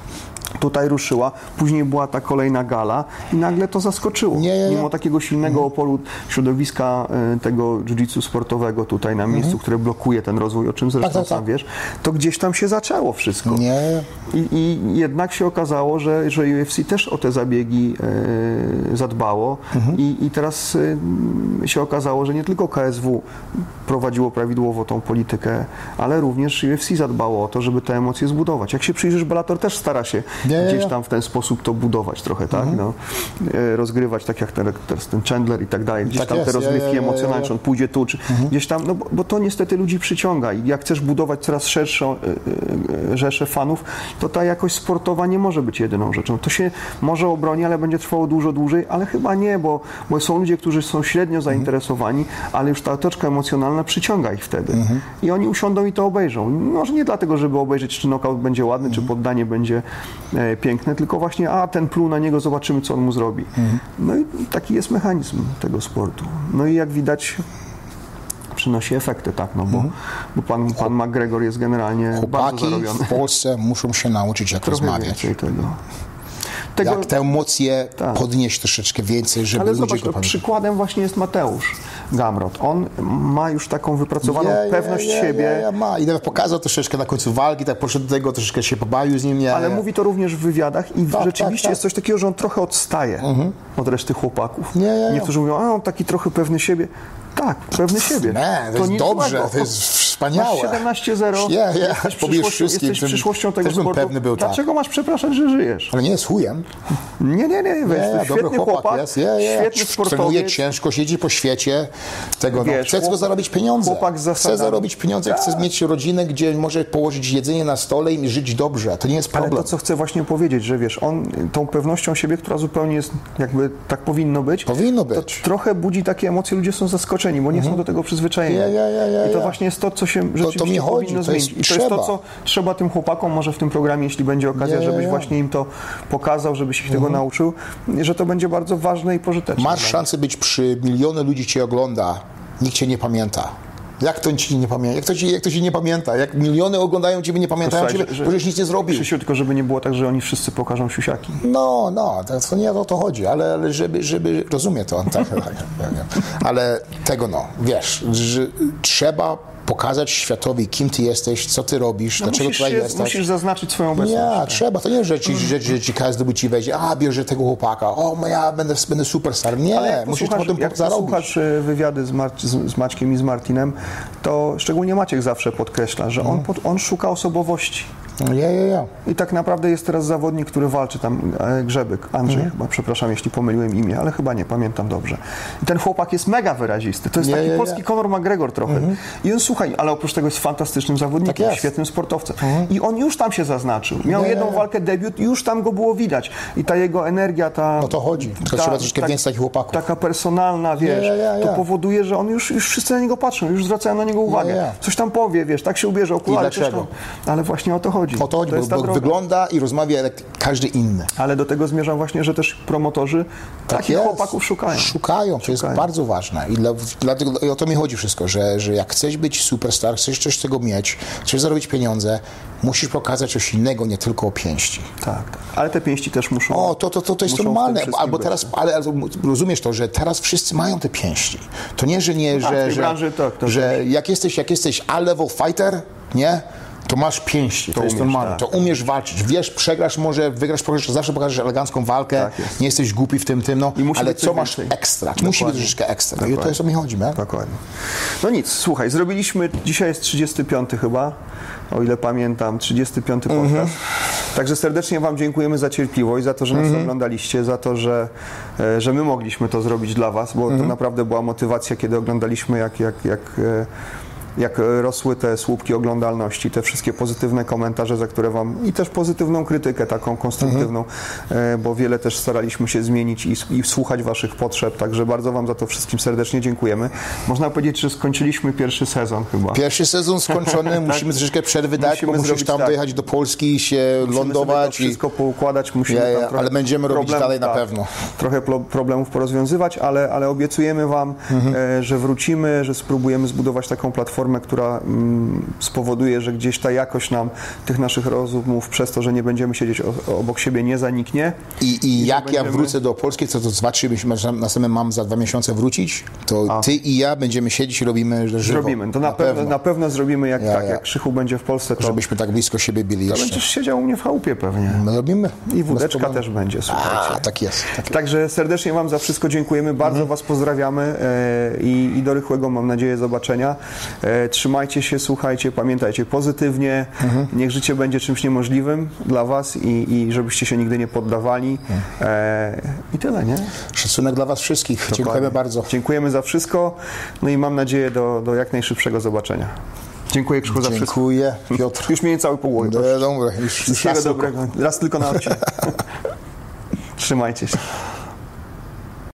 tutaj ruszyła, później była ta kolejna gala i nagle to zaskoczyło. Nie, nie, nie. Mimo takiego silnego oporu środowiska y, tego jiu-jitsu sportowego tutaj na miejscu, mhm. które blokuje ten rozwój, o czym zresztą tak, tak, sam wiesz, to gdzieś tam się zaczęło wszystko. Nie. I, i jednak się okazało, że, że U F C też o te zabiegi y, zadbało mhm. I, i teraz y, się okazało, że nie tylko K S W prowadziło prawidłowo tą politykę, ale również U F C zadbało o to, żeby te emocje zbudować. Jak się przyjrzysz, Bellator też stara się nie, gdzieś tam w ten sposób to budować trochę, tak? Mhm. No, rozgrywać tak jak ten, ten Chandler i tak dalej. Gdzieś tak tam jest, te rozgrywki ja, ja, ja, emocjonalne, czy on pójdzie tu, czy mhm. gdzieś tam, no bo, bo to niestety ludzi przyciąga i jak chcesz budować coraz szerszą y, y, rzeszę fanów, to ta jakość sportowa nie może być jedyną rzeczą. To się może obroni, ale będzie trwało dużo dłużej, ale chyba nie, bo, bo są ludzie, którzy są średnio zainteresowani, mhm. ale już ta otoczka emocjonalna przyciąga ich wtedy. Mhm. I oni usiądą i to obejrzą. Może nie dlatego, żeby obejrzeć, czy knockout będzie ładny, mhm. czy poddanie będzie e, piękne, tylko właśnie, a ten pluł na niego, zobaczymy, co on mu zrobi. Mhm. No i taki jest mechanizm tego sportu. No i jak widać, przynosi efekty, tak, no bo, mhm. bo pan, pan McGregor jest generalnie Chłopaki bardzo zarobiony. w Polsce muszą się nauczyć, jak Trochę rozmawiać. Tego. Tego, jak te emocje tak. podnieść troszeczkę więcej, żeby ale ludzie zobacz, go pamiętali. Przykładem właśnie jest Mateusz Gamrot. On ma już taką wypracowaną yeah, pewność yeah, siebie. Yeah, yeah, ma. I nawet pokazał troszeczkę na końcu walki, tak poszedł do tego, troszeczkę się pobawił z nim. Yeah, ale yeah. mówi to również w wywiadach i tak, rzeczywiście tak, tak. jest coś takiego, że on trochę odstaje uh-huh. od reszty chłopaków. Yeah, yeah, Niektórzy mówią, a on taki trochę pewny siebie. Tak, pewny siebie. Nie, to, to jest dobrze, złego. To jest wspaniałe. Masz siedemnaście zero, yeah, yeah. jesteś, przyszłością, jesteś przyszłością tego sportu. Pewny był, dlaczego tak. masz przepraszać, że żyjesz? Ale nie jest chujem. Nie, nie, nie. Weź, yeah, yeah, świetny dobry chłopak, chłopak jest. Yeah, yeah. świetny sportowiec. Trenuje ciężko, siedzi po świecie. Tego, Wiesz, no, chce tylko zarobić pieniądze. Chłopak z chce zarobić pieniądze, tak. chce mieć rodzinę, gdzie może położyć jedzenie na stole i żyć dobrze. To nie jest problem. Ale to, co chcę właśnie powiedzieć, że wiesz, on tą pewnością siebie, która zupełnie jest, jakby tak powinno być, powinno być. To trochę budzi takie emocje, ludzie są zaskoczeni, bo nie mhm. są do tego przyzwyczajeni. Yeah, yeah, yeah, yeah, I to yeah. właśnie jest to, co się rzeczywiście to, to mi chodzi, powinno to zmienić. jest, I to trzeba. jest to, co trzeba tym chłopakom może w tym programie, jeśli będzie okazja, yeah, żebyś yeah. właśnie im to pokazał, żebyś ich mhm. tego nauczył, że to będzie bardzo ważne i pożyteczne. Masz szansę być przy miliony ludzi cię ogląda, nikt cię nie pamięta. Jak to ci nie pamięta? Jak to ci, jak to ci nie pamięta? Jak miliony oglądają ciebie, nie pamiętają Słuchaj, ciebie, że, bo żeś nic nie zrobił. Krzysiu, tylko żeby nie było tak, że oni wszyscy pokażą siusiaki. No, no, to nie o to chodzi, ale, ale żeby, żeby, rozumie to, tak, tak, ale tego no, wiesz, że trzeba pokazać światowi, kim ty jesteś, co ty robisz, no dlaczego tutaj się, jesteś. Musisz zaznaczyć swoją obecność. Nie, tak. trzeba. To nie, że ci, że, że ci K S W ci wejdzie, a bierze tego chłopaka, o, ja będę, będę superstar. Nie, ale jak musisz potem jak zarobić. słuchasz wywiady z, Mar- z, z Maćkiem i z Martinem, to szczególnie Maciek zawsze podkreśla, że on, mm. pod, on szuka osobowości. Ja, ja, ja. I tak naprawdę jest teraz zawodnik, który walczy tam, e, Grzebyk, Andrzej mm. chyba, przepraszam, jeśli pomyliłem imię, ale chyba nie, pamiętam dobrze. I ten chłopak jest mega wyrazisty, to jest ja, taki ja, polski ja. Conor McGregor trochę. Mm-hmm. I on, słuchaj, ale oprócz tego jest fantastycznym zawodnikiem, tak świetnym sportowcem. Mm-hmm. I on już tam się zaznaczył. Miał ja, jedną ja, ja. walkę, debiut, już tam go było widać. I ta jego energia, ta... No to chodzi, to ta, trzeba troszkę tak, więcej takich chłopaków. Taka personalna, wiesz, ja, ja, ja, ja. to powoduje, że on już, już wszyscy na niego patrzą, już zwracają na niego uwagę. Ja, ja. Coś tam powie, wiesz, tak się ubierze, okulary, coś tam. Ale właśnie o to chodzi. O to chodzi, to bo, bo wygląda i rozmawia jak każdy inny. Ale do tego zmierzam właśnie, że też promotorzy tak takich jest. chłopaków szukają. Szukają, to szukają. jest bardzo ważne. I dla, dlatego i o to mi chodzi wszystko, że, że jak chcesz być superstar, chcesz coś z tego mieć, chcesz zarobić pieniądze, musisz pokazać coś innego, nie tylko o pięści. Tak, ale te pięści też muszą... O, to, to, to, to jest normalne. Albo teraz, ale, ale rozumiesz to, że teraz wszyscy mają te pięści. To nie, że nie, tak, że, że, że, branży, tak, tak, że tak. jak jesteś, jak jesteś A-level fighter, nie? to masz pięści, to, to jest umiesz, normalne, tak. to umiesz walczyć, wiesz, przegrasz może, wygrasz, prograsz, zawsze pokażesz elegancką walkę, Tak nie jesteś głupi w tym, tym, no, ale co masz więcej. ekstra, musi być troszeczkę ekstra. Dokładnie. I to jest o mnie chodzi, nie? Dokładnie. No nic, słuchaj, zrobiliśmy, dzisiaj jest trzydziesty piąty chyba, o ile pamiętam, trzydziesty piąty podcast. Mm-hmm. Także serdecznie Wam dziękujemy za cierpliwość, za to, że nas mm-hmm. oglądaliście, za to, że, że my mogliśmy to zrobić dla Was, bo mm-hmm. to naprawdę była motywacja, kiedy oglądaliśmy, jak, jak, jak jak rosły te słupki oglądalności, te wszystkie pozytywne komentarze, za które Wam i też pozytywną krytykę, taką konstruktywną, mhm. bo wiele też staraliśmy się zmienić i, i słuchać Waszych potrzeb, także bardzo Wam za to wszystkim serdecznie dziękujemy. Można powiedzieć, że skończyliśmy pierwszy sezon chyba. Pierwszy sezon skończony, musimy troszeczkę przerwy dać, bo musisz tam tak. dojechać do Polski i się musimy lądować. Sobie to wszystko i... poukładać, musimy ja, ja, tam trochę ale będziemy robić dalej tak, na pewno. Trochę problemów porozwiązywać, ale, ale obiecujemy Wam, mhm. e, że wrócimy, że spróbujemy zbudować taką platformę, która mm, spowoduje, że gdzieś ta jakość nam tych naszych rozmów przez to, że nie będziemy siedzieć o, obok siebie, nie zaniknie. I, i, I jak będziemy... ja wrócę do Polski, to, to zobaczymy, następnie mam za dwa miesiące wrócić, to A. ty i ja będziemy siedzieć i robimy żywo. Zrobimy, to na, na, pewno, pewno. na pewno zrobimy, jak, ja, tak, ja. jak Krzychu będzie w Polsce, to... Żebyśmy tak blisko siebie byli jeszcze. To będziesz siedział u mnie w chałupie pewnie. My robimy. I wódeczka też będzie, słuchajcie. A, tak jest. Tak Także jest. serdecznie Wam za wszystko dziękujemy, bardzo mhm. Was pozdrawiamy e, i, i do rychłego, mam nadzieję, zobaczenia. E, trzymajcie się, słuchajcie, pamiętajcie pozytywnie, mhm. niech życie będzie czymś niemożliwym dla Was i, i żebyście się nigdy nie poddawali. Mhm. E, I tyle, nie? Szacunek dla Was wszystkich. Dokładnie. Dziękujemy bardzo. Dziękujemy za wszystko, no i mam nadzieję do, do jak najszybszego zobaczenia. Dziękuję, Krzychu, za wszystko. Dziękuję, Piotr. Już mnie cały po głowie. Dobra, już Wszystkiego dobrego. Raz tylko na odcinek. Trzymajcie się.